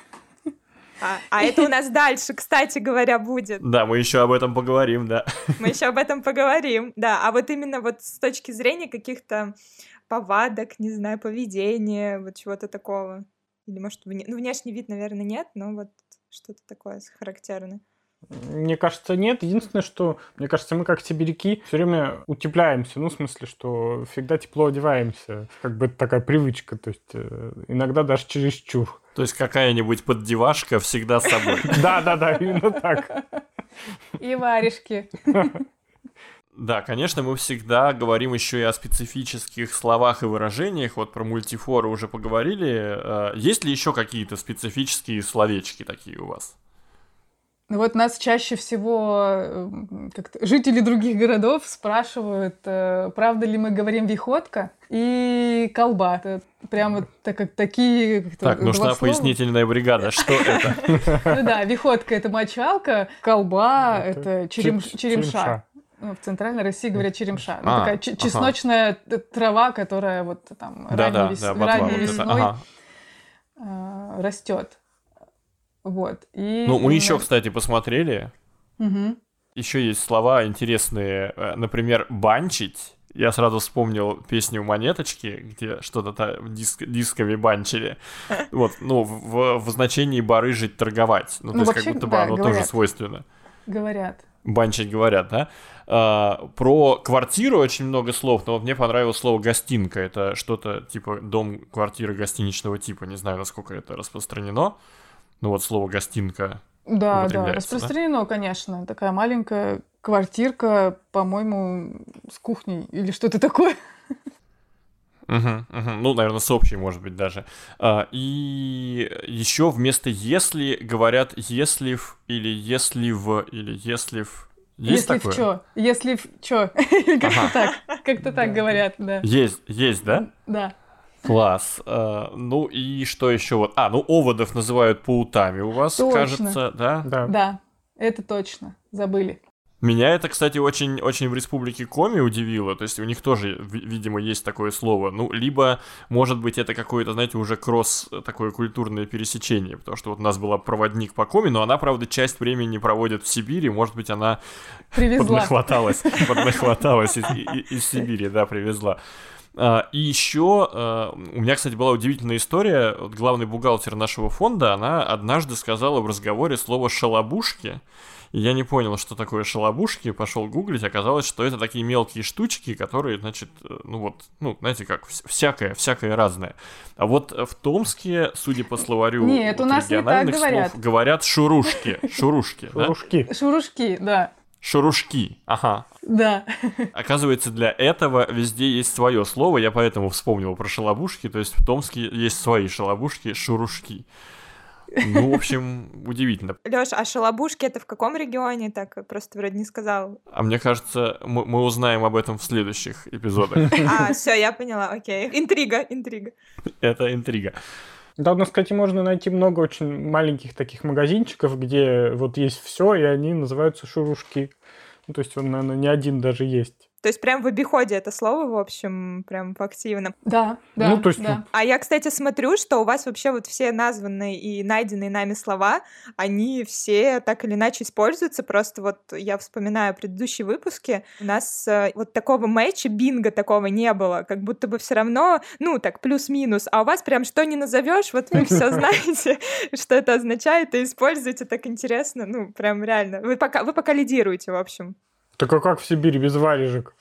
А, а это у нас дальше, кстати говоря, будет. Да, мы еще об этом поговорим, да. Мы еще об этом поговорим. Да, а вот именно вот с точки зрения каких-то повадок, не знаю, поведения, вот чего-то такого. Или, может, вне- ну, внешний вид, наверное, нет, но вот что-то такое характерное. Мне кажется, нет. Единственное, что, мне кажется, мы как сибиряки все время утепляемся. Ну, в смысле, что всегда тепло одеваемся. Как бы это такая привычка. То есть э, иногда даже чересчур. То есть какая-нибудь поддевашка всегда с собой. Да-да-да, именно так. И варежки. Да, конечно, мы всегда говорим еще и о специфических словах и выражениях. Вот про мультифоры уже поговорили. Есть ли еще какие-то специфические словечки такие у вас? Ну вот нас чаще всего как-то жители других городов спрашивают, правда ли мы говорим виходка и колба. Это прямо так, как такие... Так, нужна пояснительная бригада. Что это? Ну да, виходка — это мочалка, колба — это черемша. Ну, в Центральной России говорят черемша. Ну, А, такая ч- чесночная ага. трава, которая вот там да, ранней, да, вес... да, ранней вот весной ага. э, растет. Вот. И ну, мы именно... еще, кстати, посмотрели. Угу. Еще есть слова интересные. Например, банчить. Я сразу вспомнил песню «Монеточки», где что-то диск, дисками банчили. Вот, ну, в, в значении барыжить, торговать. Ну, то ну, есть вообще, как будто бы да, оно говорят. тоже свойственно. Говорят. Банчить говорят, да? А, про квартиру очень много слов, но вот мне понравилось слово «гостинка». Это что-то типа дом, квартира гостиничного типа. Не знаю, насколько это распространено. Ну вот слово «гостинка». Да, да, распространено, да? Конечно. Такая маленькая квартирка, по-моему, с кухней или что-то такое. Угу, угу. Ну, наверное, с общей, может быть, даже. А, и еще вместо «если» говорят «если-в» или «если-в» или «если-в». Есть если такое? в чё? Если в чё? Как-то ага. так. Как-то так говорят, да. Есть, есть, да? Да. Класс. А, ну и что еще? Вот. А, ну оводов называют паутами у вас, точно. Кажется, да? Да. Да, это точно. Забыли. Меня это, кстати, очень, очень в Республике Коми удивило, то есть у них тоже, видимо, есть такое слово, ну, либо, может быть, это какое-то, знаете, уже кросс, такое культурное пересечение, потому что вот у нас была проводник по Коми, но она, правда, часть времени проводит в Сибири, может быть, она привезла. поднахваталась, поднахваталась из, из Сибири, да, привезла. И еще у меня, кстати, была удивительная история, вот главный бухгалтер нашего фонда, она однажды сказала в разговоре слово «шалобушки», и я не понял, что такое шалобушки, пошел гуглить, оказалось, что это такие мелкие штучки, которые, значит, ну вот, ну, знаете как, всякое, всякое разное. А вот в Томске, судя по словарю Нет, вот у нас региональных не так говорят. слов, говорят шурушки, шурушки, Шурушки. Да? Шурушки, да. Шурушки, ага. Да. Оказывается, для этого везде есть свое слово, я поэтому вспомнил про шалобушки, то есть в Томске есть свои шалобушки, шурушки. Ну, в общем, удивительно. Лёш, а шалобушки это в каком регионе? Так просто вроде не сказал. А мне кажется, мы, мы узнаем об этом в следующих эпизодах. А, все, я поняла, окей. Интрига, интрига. Это интрига. Да, у нас, кстати, можно найти много очень маленьких таких магазинчиков, где вот есть все, и они называются шурушки. Ну, то есть он, наверное, не один даже есть. То есть прям в обиходе это слово, в общем, прям активно. Да, да, ну, то есть, да. А я, кстати, смотрю, что у вас вообще вот все названные и найденные нами слова, они все так или иначе используются. Просто вот я вспоминаю предыдущие выпуски, у нас э, вот такого матча, бинго такого не было, как будто бы все равно, ну, так, плюс-минус. А у вас прям что не назовешь, вот вы все знаете, что это означает, и используете так интересно. Ну, прям реально. Вы пока, вы пока лидируете, в общем. Так а как в Сибири без варежек?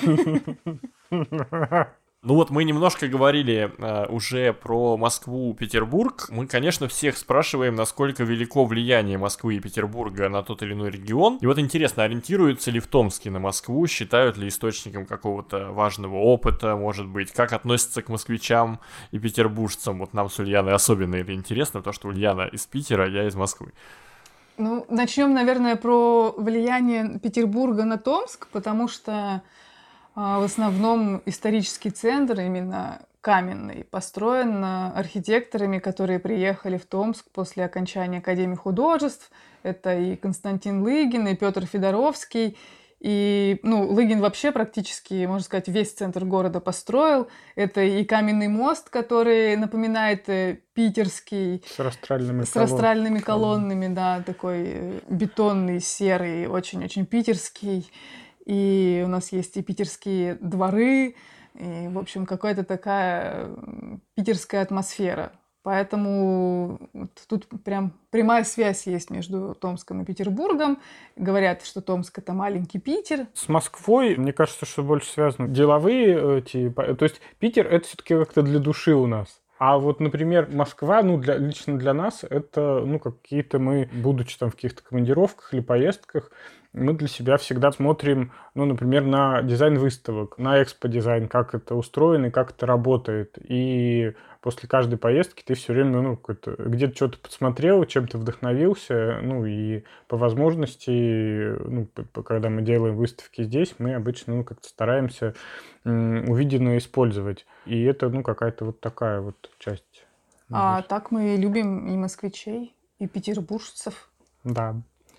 Ну вот мы немножко говорили э, уже про Москву, Петербург. Мы, конечно, всех спрашиваем, насколько велико влияние Москвы и Петербурга на тот или иной регион. И вот интересно, ориентируются ли в Томске на Москву, считают ли источником какого-то важного опыта, может быть, как относятся к москвичам и петербуржцам. Вот нам с Ульяной особенно это интересно, потому что Ульяна из Питера, я из Москвы. Ну, начнем, наверное, про влияние Петербурга на Томск, потому что а, в основном исторический центр, именно каменный, построен архитекторами, которые приехали в Томск после окончания Академии художеств. Это и Константин Лыгин, и Петр Федоровский. И, ну, Лыгин вообще практически, можно сказать, весь центр города построил. Это и каменный мост, который напоминает питерский. С растральными, с растральными колоннами, да, такой бетонный, серый, очень-очень питерский. И у нас есть и питерские дворы, и, в общем, какая-то такая питерская атмосфера. Поэтому вот тут прям прямая связь есть между Томском и Петербургом. Говорят, что Томск — это маленький Питер. С Москвой, мне кажется, что больше связано деловые эти... То есть Питер — это все-таки как-то для души у нас. А вот, например, Москва, ну, для, лично для нас, это, ну, какие-то мы, будучи там в каких-то командировках или поездках, мы для себя всегда смотрим, ну, например, на дизайн выставок, на экспо-дизайн, как это устроено и как это работает. И после каждой поездки ты все время, ну, где-то что-то подсмотрел, чем-то вдохновился, ну, и по возможности, ну, когда мы делаем выставки здесь, мы обычно, ну, как-то стараемся м, увиденное использовать. И это, ну, какая-то вот такая вот часть. А так мы любим и москвичей, и петербуржцев. Да.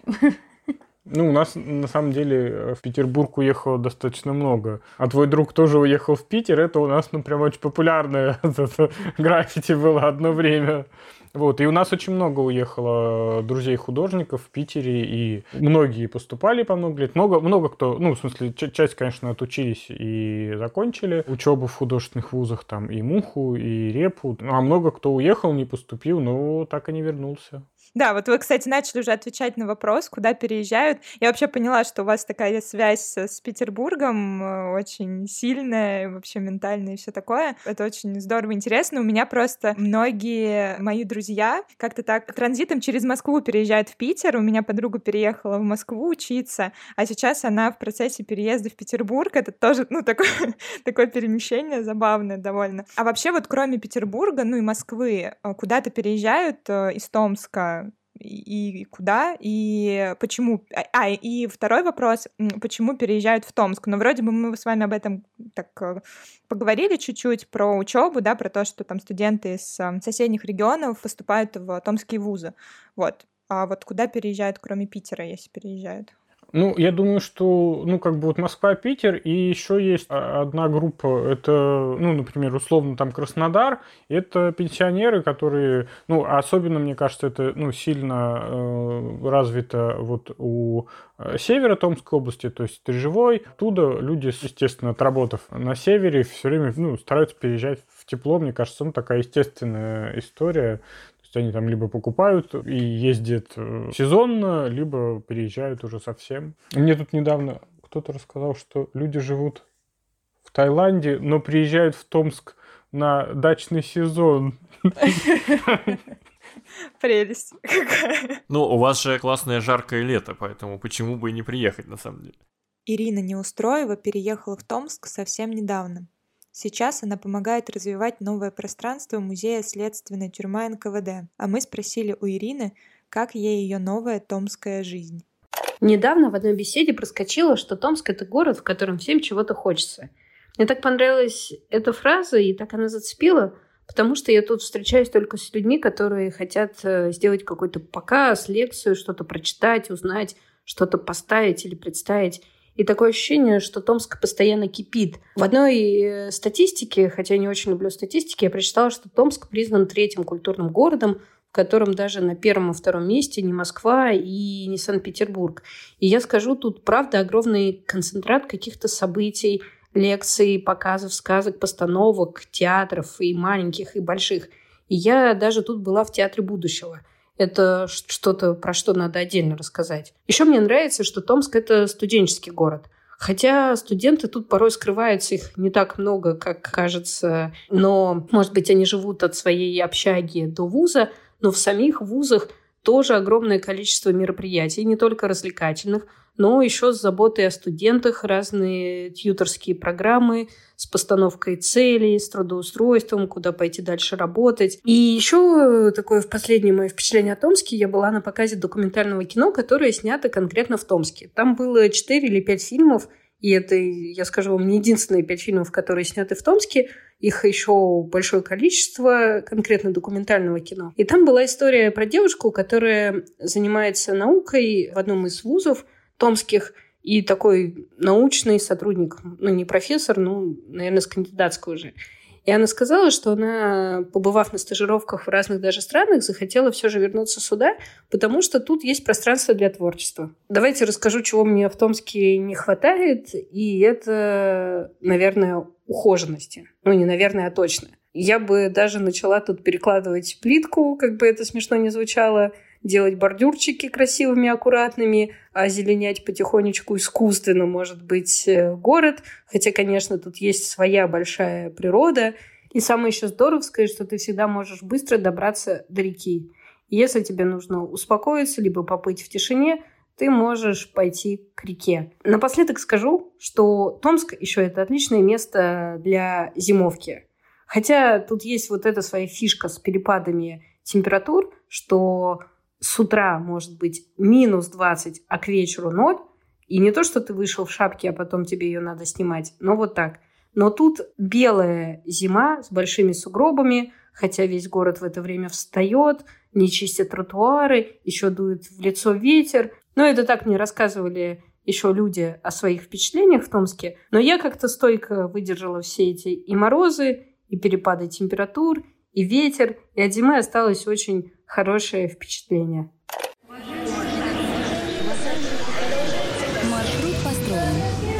Ну, у нас, на самом деле, в Петербург уехало достаточно много. А твой друг тоже уехал в Питер. Это у нас, ну, прям очень популярное граффити было одно время. Вот. И у нас очень много уехало друзей-художников в Питере, и многие поступали по много лет. Много, много кто, ну, в смысле, часть, конечно, отучились и закончили учебу в художественных вузах, там, и Муху, и Репу. А много кто уехал, не поступил, но так и не вернулся. Да, вот вы, кстати, начали уже отвечать на вопрос, куда переезжают. Я вообще поняла, что у вас такая связь с Петербургом очень сильная, вообще ментальная и все такое. Это очень здорово и интересно. У меня просто многие мои друзья как-то так транзитом через Москву переезжают в Питер. У меня подруга переехала в Москву учиться, а сейчас она в процессе переезда в Петербург. Это тоже, ну, такое, такое перемещение забавное довольно. А вообще вот кроме Петербурга, ну и Москвы, куда-то переезжают из Томска, и куда, и почему. А, и второй вопрос, почему переезжают в Томск? Ну, вроде бы мы с вами об этом так поговорили чуть-чуть, про учебу, да, про то, что там студенты из соседних регионов поступают в томские вузы. Вот. А вот куда переезжают, кроме Питера, если переезжают? Ну, я думаю, что, ну, как бы вот Москва, Питер, и еще есть одна группа, это, ну, например, условно там Краснодар, это пенсионеры, которые, ну, особенно, мне кажется, это, ну, сильно э, развито вот у севера Томской области, то есть Стрежевой. Оттуда люди, естественно, отработав на севере, все время, ну, стараются переезжать в тепло, мне кажется, ну, такая естественная история. Они там либо покупают и ездят сезонно, либо переезжают уже совсем. Мне тут недавно кто-то рассказал, что люди живут в Таиланде, но приезжают в Томск на дачный сезон. Прелесть какая. Ну, у вас же классное жаркое лето, поэтому почему бы и не приехать, на самом деле. Ирина Неустроева переехала в Томск совсем недавно. Сейчас она помогает развивать новое пространство музея «Следственная тюрьма эн ка вэ дэ». А мы спросили у Ирины, как ей ее новая томская жизнь. Недавно в одной беседе проскочило, что Томск — это город, в котором всем чего-то хочется. Мне так понравилась эта фраза, и так она зацепила, потому что я тут встречаюсь только с людьми, которые хотят сделать какой-то показ, лекцию, что-то прочитать, узнать, что-то поставить или представить. И такое ощущение, что Томск постоянно кипит. В одной статистике, хотя я не очень люблю статистики, я прочитала, что Томск признан третьим культурным городом, в котором даже на первом и втором месте не Москва и не Санкт-Петербург. И я скажу, тут правда огромный концентрат каких-то событий, лекций, показов, сказок, постановок, театров и маленьких, и больших. И я даже тут была в Театре будущего. Это что-то, про что надо отдельно рассказать. Еще мне нравится, что Томск — это студенческий город. Хотя студенты тут порой скрываются, их не так много, как кажется. Но, может быть, они живут от своей общаги до вуза, но в самих вузах тоже огромное количество мероприятий, не только развлекательных, но еще с заботой о студентах, разные тьюторские программы с постановкой целей, с трудоустройством, куда пойти дальше работать. И еще такое в последнее мое впечатление о Томске. Я была на показе документального кино, которое снято конкретно в Томске. Там было четыре или пять фильмов, и это, я скажу вам, не единственные пять фильмов, которые сняты в Томске. Их еще большое количество, конкретно документального кино. И там была история про девушку, которая занимается наукой в одном из вузов томских, и такой научный сотрудник, ну, не профессор, ну, наверное, с кандидатской уже. И она сказала, что она, побывав на стажировках в разных даже странах, захотела все же вернуться сюда, потому что тут есть пространство для творчества. Давайте расскажу, чего мне в Томске не хватает, и это, наверное, ухоженности. Ну, не наверное, а точно. Я бы даже начала тут перекладывать плитку, как бы это смешно не звучало, делать бордюрчики красивыми, аккуратными, озеленять потихонечку искусственно, может быть, город. Хотя, конечно, тут есть своя большая природа. И самое еще здоровское, что ты всегда можешь быстро добраться до реки. И если тебе нужно успокоиться, либо побыть в тишине, ты можешь пойти к реке. Напоследок скажу, что Томск еще это отличное место для зимовки. Хотя тут есть вот эта своя фишка с перепадами температур, что с утра может быть минус двадцать, а к вечеру ноль. И не то, что ты вышел в шапке, а потом тебе ее надо снимать, но вот так. Но тут белая зима с большими сугробами, хотя весь город в это время встает, не чистят тротуары, еще дует в лицо ветер. Ну, это так мне рассказывали еще люди о своих впечатлениях в Томске. Но я как-то стойко выдержала все эти и морозы, и перепады температур, и ветер, и от зимы осталось очень хорошее впечатление. Маршрут построен.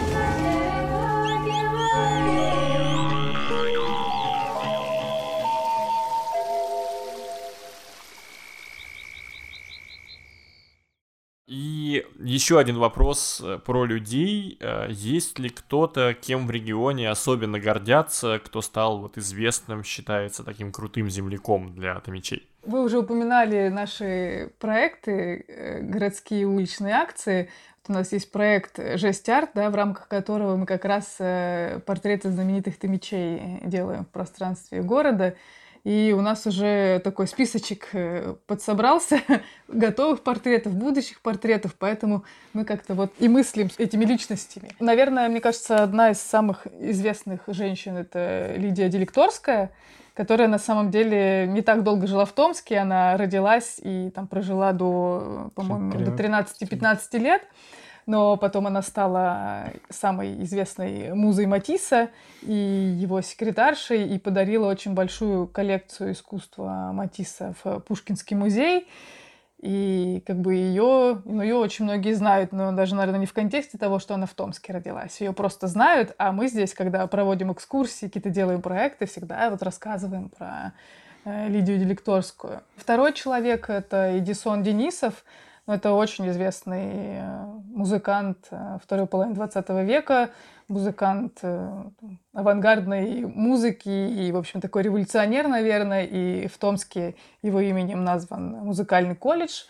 И еще один вопрос про людей. Есть ли кто-то, кем в регионе особенно гордятся, кто стал вот известным, считается таким крутым земляком для томичей? Вы уже упоминали наши проекты, городские уличные акции. Вот у нас есть проект «Жесть-арт», да, в рамках которого мы как раз портреты знаменитых томичей делаем в пространстве города. И у нас уже такой списочек подсобрался готовых портретов, будущих портретов, поэтому мы как-то вот и мыслим с этими личностями. Наверное, мне кажется, одна из самых известных женщин — это Лидия Делекторская, которая на самом деле не так долго жила в Томске. Она родилась и там прожила до, по-моему, до тринадцати-пятнадцати лет. Но потом она стала самой известной музой Матисса и его секретаршей и подарила очень большую коллекцию искусства Матисса в Пушкинский музей. И как бы ее, ну, ее очень многие знают, но даже, наверное, не в контексте того, что она в Томске родилась. Ее просто знают, а мы здесь, когда проводим экскурсии, какие-то делаем проекты, всегда вот рассказываем про э, Лидию Делекторскую. Второй человек — это Эдисон Денисов. Это очень известный музыкант второй половины двадцатого века, музыкант авангардной музыки и, в общем, такой революционер, наверное. И в Томске его именем назван музыкальный колледж.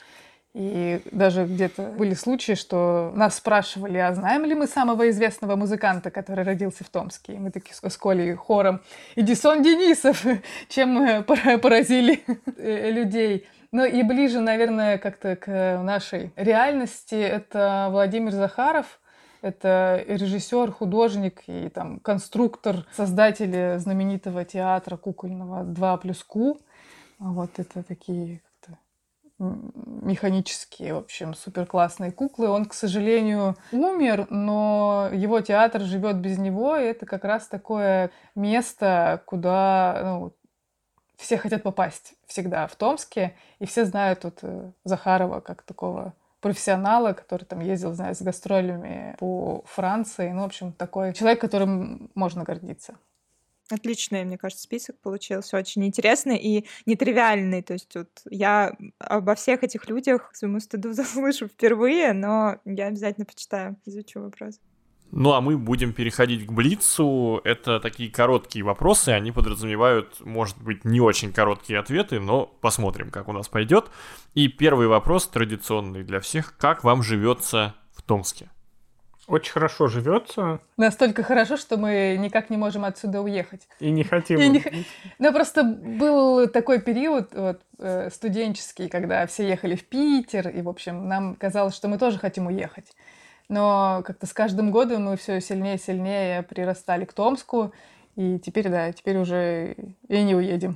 И даже где-то были случаи, что нас спрашивали, а знаем ли мы самого известного музыканта, который родился в Томске. И мы такие с Колей хором: «Эдисон Денисов!» Чем поразили людей. Ну и ближе, наверное, как-то к нашей реальности это Владимир Захаров. Это режиссер, художник и там конструктор, создатель знаменитого театра кукольного «два плюс ку». Вот это такие как-то механические, в общем, суперклассные куклы. Он, к сожалению, умер, но его театр живет без него. И это как раз такое место, куда, ну, все хотят попасть всегда в Томске, и все знают вот Захарова как такого профессионала, который там ездил, знаю, с гастролями по Франции. Ну, в общем, такой человек, которым можно гордиться. Отличный, мне кажется, список получился, очень интересный и нетривиальный. То есть вот я обо всех этих людях, к своему стыду, заслышу впервые, но я обязательно почитаю, изучу вопрос. Ну, а мы будем переходить к Блицу. Это такие короткие вопросы, они подразумевают, может быть, не очень короткие ответы, но посмотрим, как у нас пойдет. И первый вопрос, традиционный для всех. Как вам живется в Томске? Очень хорошо живется. Настолько хорошо, что мы никак не можем отсюда уехать. И не хотим. И не... Ну, просто был такой период вот, студенческий, когда все ехали в Питер, и, в общем, нам казалось, что мы тоже хотим уехать. Но как-то с каждым годом мы все сильнее и сильнее прирастали к Томску, и теперь, да, теперь уже и не уедем.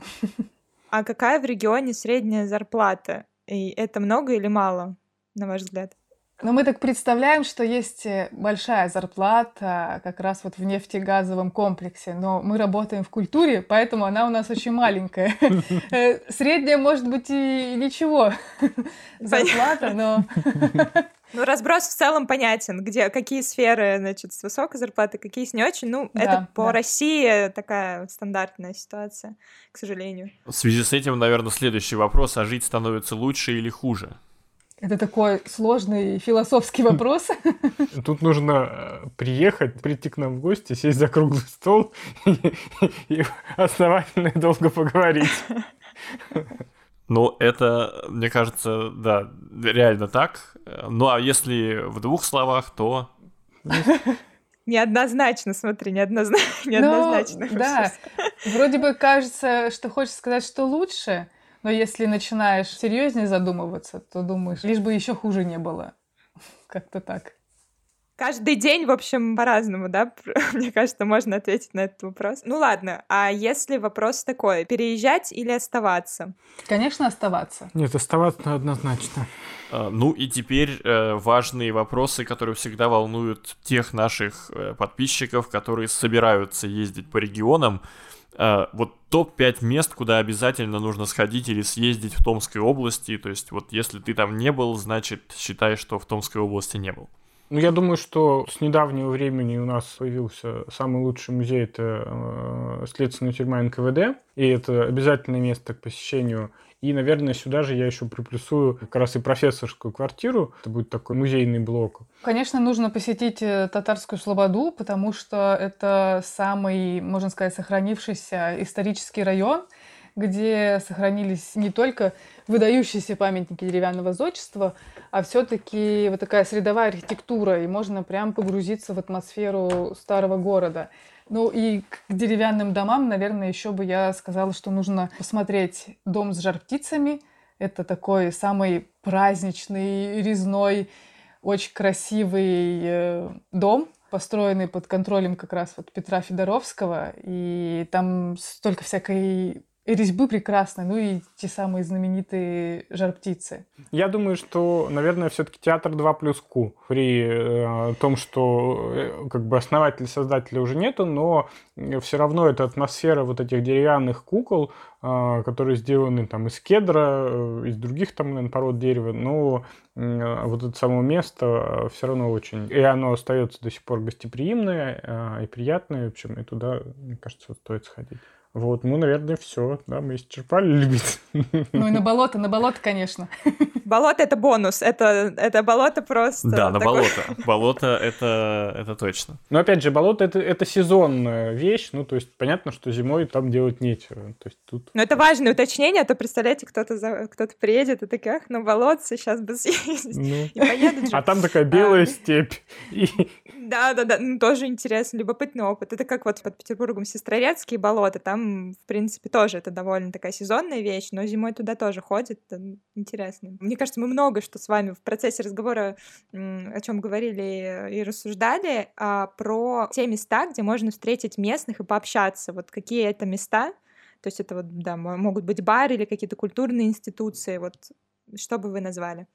А какая в регионе средняя зарплата? И это много или мало, на ваш взгляд? Но мы так представляем, что есть большая зарплата как раз вот в нефтегазовом комплексе, но мы работаем в культуре, поэтому она у нас очень маленькая. Средняя, может быть, и ничего зарплата, но... Ну, разброс в целом понятен, где какие сферы, значит, с высокой зарплатой, какие с не очень. Ну, да, это по да. России такая стандартная ситуация, к сожалению. В связи с этим, наверное, следующий вопрос. А жить становится лучше или хуже? Это такой сложный философский вопрос. Тут нужно приехать, прийти к нам в гости, сесть за круглый стол и, и основательно и долго поговорить. Ну, это, мне кажется, да, реально так. Ну, а если в двух словах, то... Неоднозначно, смотри, неоднозна... неоднозначно. Ну, да, вроде бы кажется, что хочешь сказать, что лучше, но если начинаешь серьезнее задумываться, то думаешь, лишь бы еще хуже не было. Как-то так. Каждый день, в общем, по-разному, да? Мне кажется, можно ответить на этот вопрос. Ну ладно, а если вопрос такой, переезжать или оставаться? Конечно, оставаться. Нет, оставаться однозначно. А, Ну и теперь э, важные вопросы, которые всегда волнуют тех наших э, подписчиков, которые собираются ездить по регионам. Э, вот топ пять мест, куда обязательно нужно сходить или съездить в Томской области. То есть вот если ты там не был, значит считай, что в Томской области не был. Ну, я думаю, что с недавнего времени у нас появился самый лучший музей, это э, следственная тюрьма эн ка вэ дэ, и это обязательное место к посещению. И, наверное, сюда же я еще приплюсую как раз и профессорскую квартиру, это будет такой музейный блок. Конечно, нужно посетить э, Татарскую Слободу, потому что это самый, можно сказать, сохранившийся исторический район, где сохранились не только выдающиеся памятники деревянного зодчества, а все-таки вот такая средовая архитектура, и можно прям погрузиться в атмосферу старого города. Ну и к деревянным домам, наверное, еще бы я сказала, что нужно посмотреть дом с жар-птицами. Это такой самый праздничный, резной, очень красивый э, дом, построенный под контролем как раз вот Петра Федоровского. И там столько всякой резьбы прекрасной, ну и те самые знаменитые жар-птицы. Я думаю, что, наверное, все-таки театр два плюс ку. При э, том, что э, как бы основателя, создателя уже нету, но все равно эта атмосфера вот этих деревянных кукол, э, которые сделаны там из кедра, э, из других там, наверное, пород дерева, но э, вот это само место все равно очень... И оно остается до сих пор гостеприимное э, и приятное, в общем, и туда, мне кажется, стоит сходить. Вот, ну, наверное, все. Да, мы исчерпали лимит. Ну и на болото, на болото, конечно. Болото — это бонус, это, это болото просто... Да, на такое... болото. Болото это, это точно. Но опять же, болото это, это сезонная вещь, ну, то есть понятно, что зимой там делать нечего. То есть тут... Но это важное уточнение, а то, представляете, кто-то, за... кто-то приедет и такой, ах, ну, болотце, сейчас бы съездить. Ну. И поедут же. А там такая белая а... степь. И... Да-да-да, ну, тоже интересно, любопытный опыт. Это как вот под Петербургом Сестрорецкие болота, там, в принципе, тоже это довольно такая сезонная вещь, но зимой туда тоже ходят, интересно. Мне кажется, мы много что с вами в процессе разговора, о чем говорили и рассуждали, а, про те места, где можно встретить местных и пообщаться. Вот какие это места, то есть это вот, да, могут быть бары или какие-то культурные институции, вот что бы вы назвали?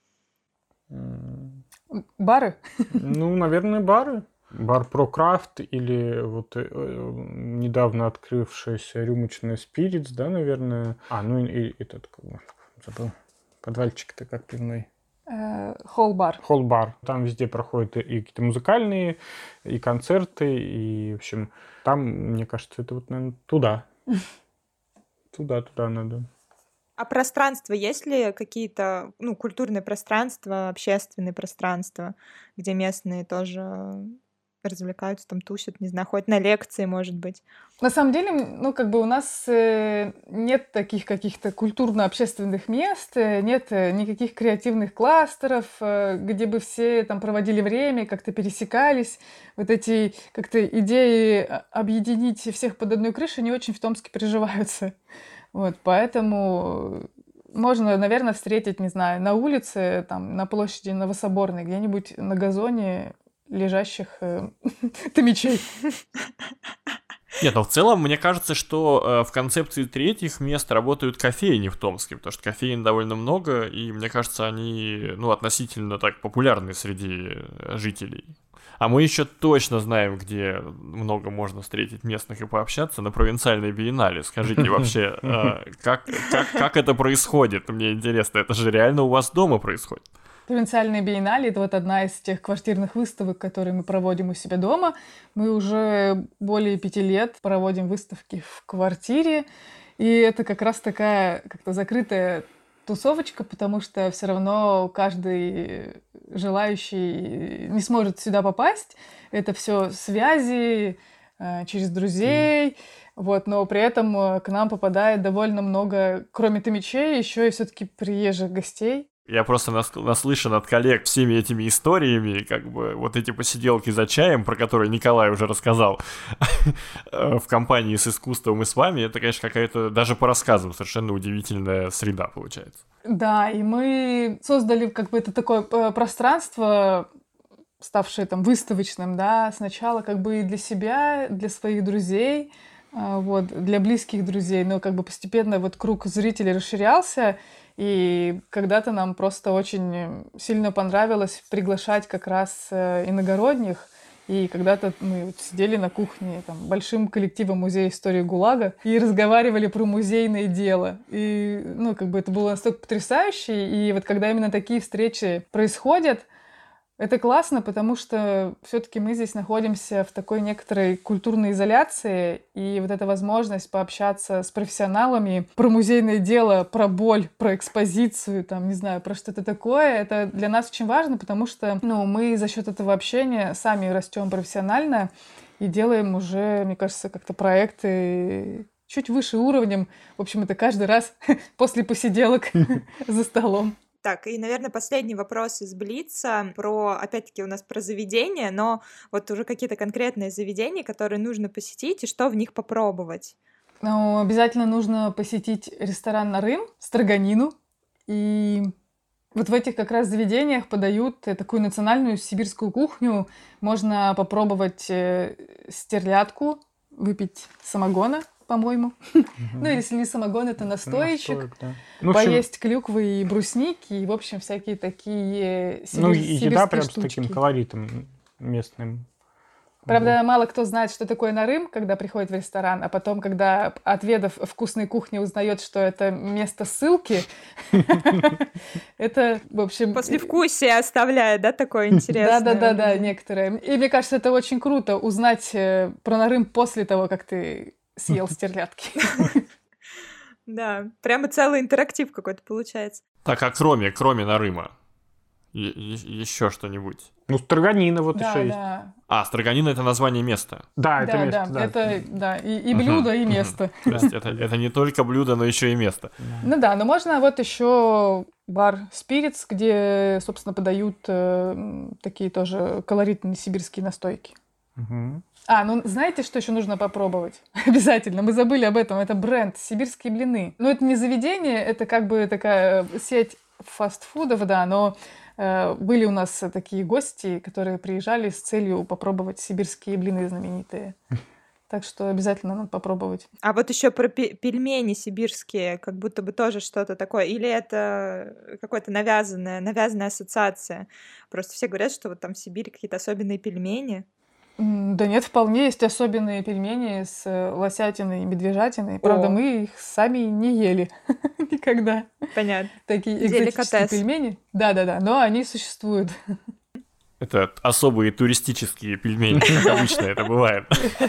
Бары? Ну, наверное, бары. Бар Прокрафт или вот э, недавно открывшийся рюмочная Спиритс, да, наверное. А, ну и, и этот, как бы, забыл, подвальчик-то как пивной. Холл-бар. Холл-бар. Там везде проходят и какие-то музыкальные, и концерты, и, в общем, там, мне кажется, это вот, наверное, туда. Туда, туда надо. А пространство, есть ли какие-то, ну, культурные пространства, общественные пространства, где местные тоже развлекаются, там тусят, не знаю, хоть на лекции, может быть? На самом деле, ну, как бы у нас э, нет таких каких-то культурно-общественных мест, э, нет э, никаких креативных кластеров, э, где бы все там проводили время, как-то пересекались. Вот эти как-то идеи объединить всех под одной крышей не очень в Томске приживаются. Вот, поэтому можно, наверное, встретить, не знаю, на улице, там, на площади Новособорной, где-нибудь на газоне лежащих э, томичей. Нет, но в целом, мне кажется, что э, в концепции третьих мест работают кофейни в Томске, потому что кофеин довольно много, и, мне кажется, они, ну, относительно так популярны среди жителей. А мы еще точно знаем, где много можно встретить местных и пообщаться, на провинциальной биеннале. Скажите вообще, э, как, как, как это происходит? Мне интересно, это же реально у вас дома происходит? Провинциальная биеннале — это вот одна из тех квартирных выставок, которые мы проводим у себя дома. Мы уже более пяти лет проводим выставки в квартире, и это как раз такая как-то закрытая тусовочка, потому что все равно каждый желающий не сможет сюда попасть. Это все связи, э, через друзей, вот, но при этом э, к нам попадает довольно много, кроме томичей, еще и все-таки приезжих гостей. Я просто нас, наслышан от коллег всеми этими историями, как бы вот эти посиделки за чаем, про которые Николай уже рассказал, в компании с искусством и с вами, это, конечно, какая-то, даже по рассказам, совершенно удивительная среда получается. Да, и мы создали как бы это такое э, пространство, ставшее там выставочным, да, сначала как бы и для себя, для своих друзей, э, вот, для близких друзей, но как бы постепенно вот круг зрителей расширялся, и когда-то нам просто очень сильно понравилось приглашать как раз э, иногородних, и когда-то мы вот сидели на кухне там, большим коллективом Музея истории ГУЛАГа и разговаривали про музейное дело. И, ну, как бы это было настолько потрясающе. И вот когда именно такие встречи происходят, это классно, потому что все-таки мы здесь находимся в такой некоторой культурной изоляции, и вот эта возможность пообщаться с профессионалами про музейное дело, про боль, про экспозицию, там, не знаю, про что-то такое, это для нас очень важно, потому что, ну, мы за счет этого общения сами растем профессионально и делаем уже, мне кажется, как-то проекты чуть выше уровнем. В общем, это каждый раз после посиделок за столом. Так, и, наверное, последний вопрос из Блица про, опять-таки, у нас про заведения, но вот уже какие-то конкретные заведения, которые нужно посетить, и что в них попробовать. Ну, обязательно нужно посетить ресторан «Нарым», строганину, и вот в этих как раз заведениях подают такую национальную сибирскую кухню. Можно попробовать стерлядку, выпить самогона, по-моему. Угу. Ну, если не самогон, это настоечек. Настоек, да. Ну, поесть общем... клюквы и брусники, и, в общем, всякие такие сибир... Ну, и еда прям штучки. С таким колоритом местным. Правда, вот. Мало кто знает, что такое Нарым, когда приходит в ресторан, а потом, когда, отведав вкусной кухни, узнает, что это место ссылки. Это, в общем... Послевкусие оставляет, да, такое интересное? Да-да-да, некоторые. И мне кажется, это очень круто узнать про Нарым после того, как ты съел стерлядки. Да, прямо целый интерактив какой-то получается. Так, а кроме, кроме Нарыма, еще что-нибудь? Ну, строганина вот да, еще есть. Да. А, строганина — это название места. Да, это да, место, да. да. Это, да, и, и блюдо, и место. То есть это, это не только блюдо, но еще и место. Ну да, но можно вот еще бар Spirits, где, собственно, подают э, такие тоже колоритные сибирские настойки. Угу. А, ну знаете, что еще нужно попробовать? Обязательно, мы забыли об этом. Это бренд «Сибирские блины». Ну, это не заведение, это как бы такая сеть фастфудов, да, но э, были у нас такие гости, которые приезжали с целью попробовать сибирские блины знаменитые. Так что обязательно надо попробовать. А вот еще про пельмени сибирские, как будто бы тоже что-то такое. Или это какая-то навязанная, навязанная ассоциация? Просто все говорят, что вот там в Сибири какие-то особенные пельмени. Да нет, вполне есть особенные пельмени с лосятиной и медвежатиной. Правда, О. мы их сами не ели никогда. Понятно. Такие экзотические пельмени. Да-да-да, но они существуют. Это особые туристические пельмени, как обычно это бывает.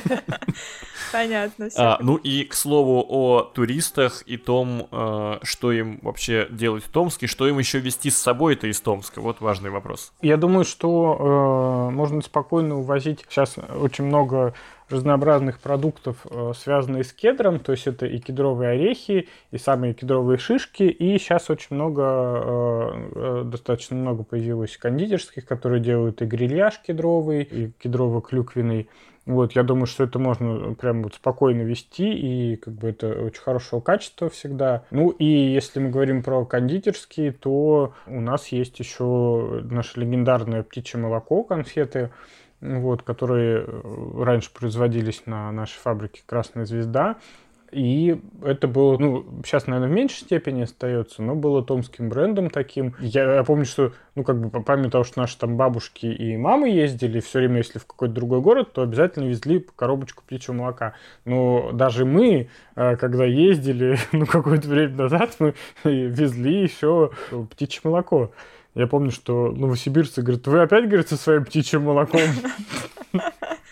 Понятно. А, ну и, к слову, о туристах и том, э, что им вообще делать в Томске, что им еще везти с собой-то из Томска. Вот важный вопрос. Я думаю, что э, можно спокойно увозить. Сейчас очень много разнообразных продуктов, э, связанных с кедром. То есть это и кедровые орехи, и самые кедровые шишки. И сейчас очень много, э, достаточно много появилось кондитерских, которые делают и грильяж кедровый, и кедрово-клюквенный. Вот, я думаю, что это можно прям вот спокойно вести, и как бы это очень хорошего качества всегда. Ну и если мы говорим про кондитерские, то у нас есть еще наше легендарное птичье молоко, конфеты, вот, которые раньше производились на нашей фабрике «Красная звезда». И это было, ну, сейчас, наверное, в меньшей степени остается, но было томским брендом таким. Я, я помню, что, ну, как бы, помимо того, что наши там бабушки и мамы ездили, все время, если в какой-то другой город, то обязательно везли коробочку птичьего молока. Но даже мы, когда ездили, ну, какое-то время назад, мы везли еще птичье молоко. Я помню, что новосибирцы говорят: вы опять, говорят, со своим птичьим молоком?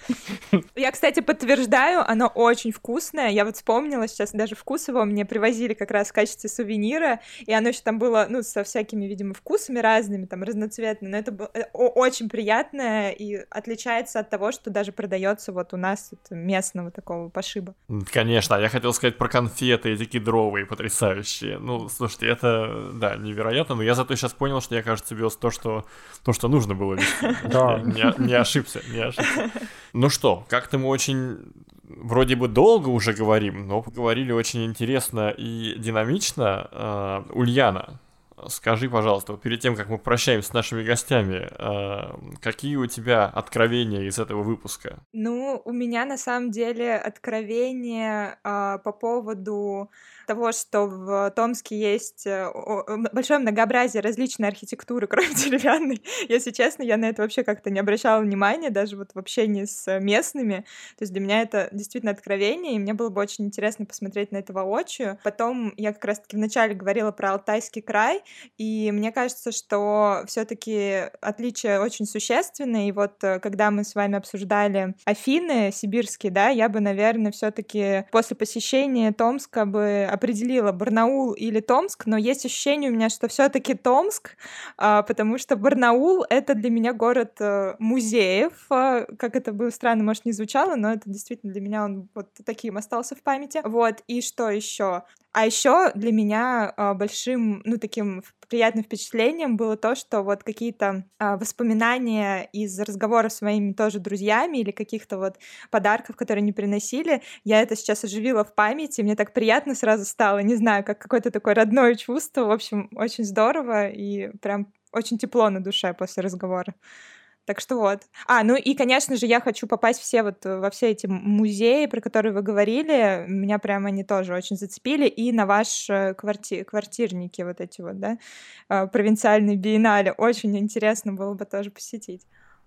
Я, кстати, подтверждаю, оно очень вкусное. Я вот вспомнила, сейчас даже вкус его мне привозили как раз в качестве сувенира, и оно еще там было, ну, со всякими, видимо, вкусами разными, там, разноцветными, но это было очень приятное и отличается от того, что даже продается вот у нас вот, местного такого пошиба. Конечно, я хотел сказать про конфеты, эти кедровые, потрясающие. Ну, слушайте, это, да, невероятно, но я зато сейчас понял, что я, кажется, вез то, что, то, что нужно было вести. Да. Не, не ошибся, не ошибся. Ну что, как-то мы очень вроде бы долго уже говорим, но поговорили очень интересно и динамично. Uh, Ульяна, скажи, пожалуйста, вот перед тем, как мы прощаемся с нашими гостями, uh, какие у тебя откровения из этого выпуска? Ну, у меня на самом деле откровение uh, по поводу того, что в Томске есть большое многообразие различной архитектуры, кроме деревянной. Если честно, я на это вообще как-то не обращала внимания, даже вот в общении с местными. То есть для меня это действительно откровение, и мне было бы очень интересно посмотреть на это воочию. Потом я как раз-таки вначале говорила про Алтайский край, и мне кажется, что все-таки отличия очень существенные. И вот когда мы с вами обсуждали Афины сибирские, да, я бы, наверное, все-таки после посещения Томска бы определила Барнаул или Томск, но есть ощущение у меня, что все-таки Томск, потому что Барнаул — это для меня город музеев, как это бы странно, может, не звучало, но это действительно для меня он вот таким остался в памяти. Вот, и что еще? А еще для меня большим, ну, таким приятным впечатлением было то, что вот какие-то воспоминания из разговоров с моими тоже друзьями или каких-то вот подарков, которые они приносили, я это сейчас оживила в памяти, мне так приятно сразу стало, не знаю, как какое-то такое родное чувство, в общем, очень здорово и прям очень тепло на душе после разговора. Так что вот. А, ну и, конечно же, я хочу попасть все вот во все эти музеи, про которые вы говорили. Меня прямо они тоже очень зацепили. И на ваши кварти... квартирники вот эти вот, да, провинциальные биеннале. Очень интересно было бы тоже посетить.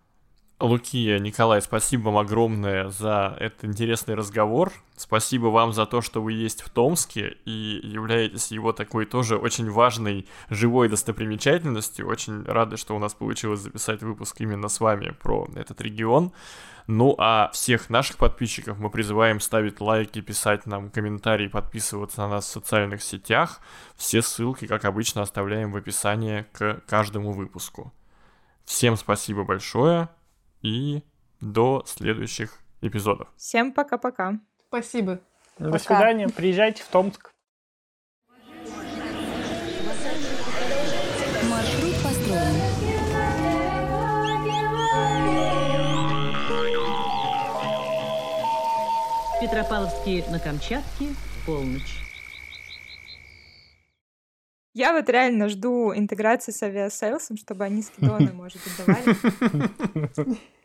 Лукия, Николай, спасибо вам огромное за этот интересный разговор. Спасибо вам за то, что вы есть в Томске и являетесь его такой тоже очень важной живой достопримечательностью. Очень рады, что у нас получилось записать выпуск именно с вами про этот регион. Ну а всех наших подписчиков мы призываем ставить лайки, писать нам комментарии, подписываться на нас в социальных сетях. Все ссылки, как обычно, оставляем в описании к каждому выпуску. Всем спасибо большое. И до следующих эпизодов. Всем пока-пока. Спасибо. До Пока. свидания. Приезжайте в Томск. Маршрут построен. Петропавловске на Камчатке, полночь. Я вот реально жду интеграции с авиасейлсом, чтобы они скидоны, может быть, давали.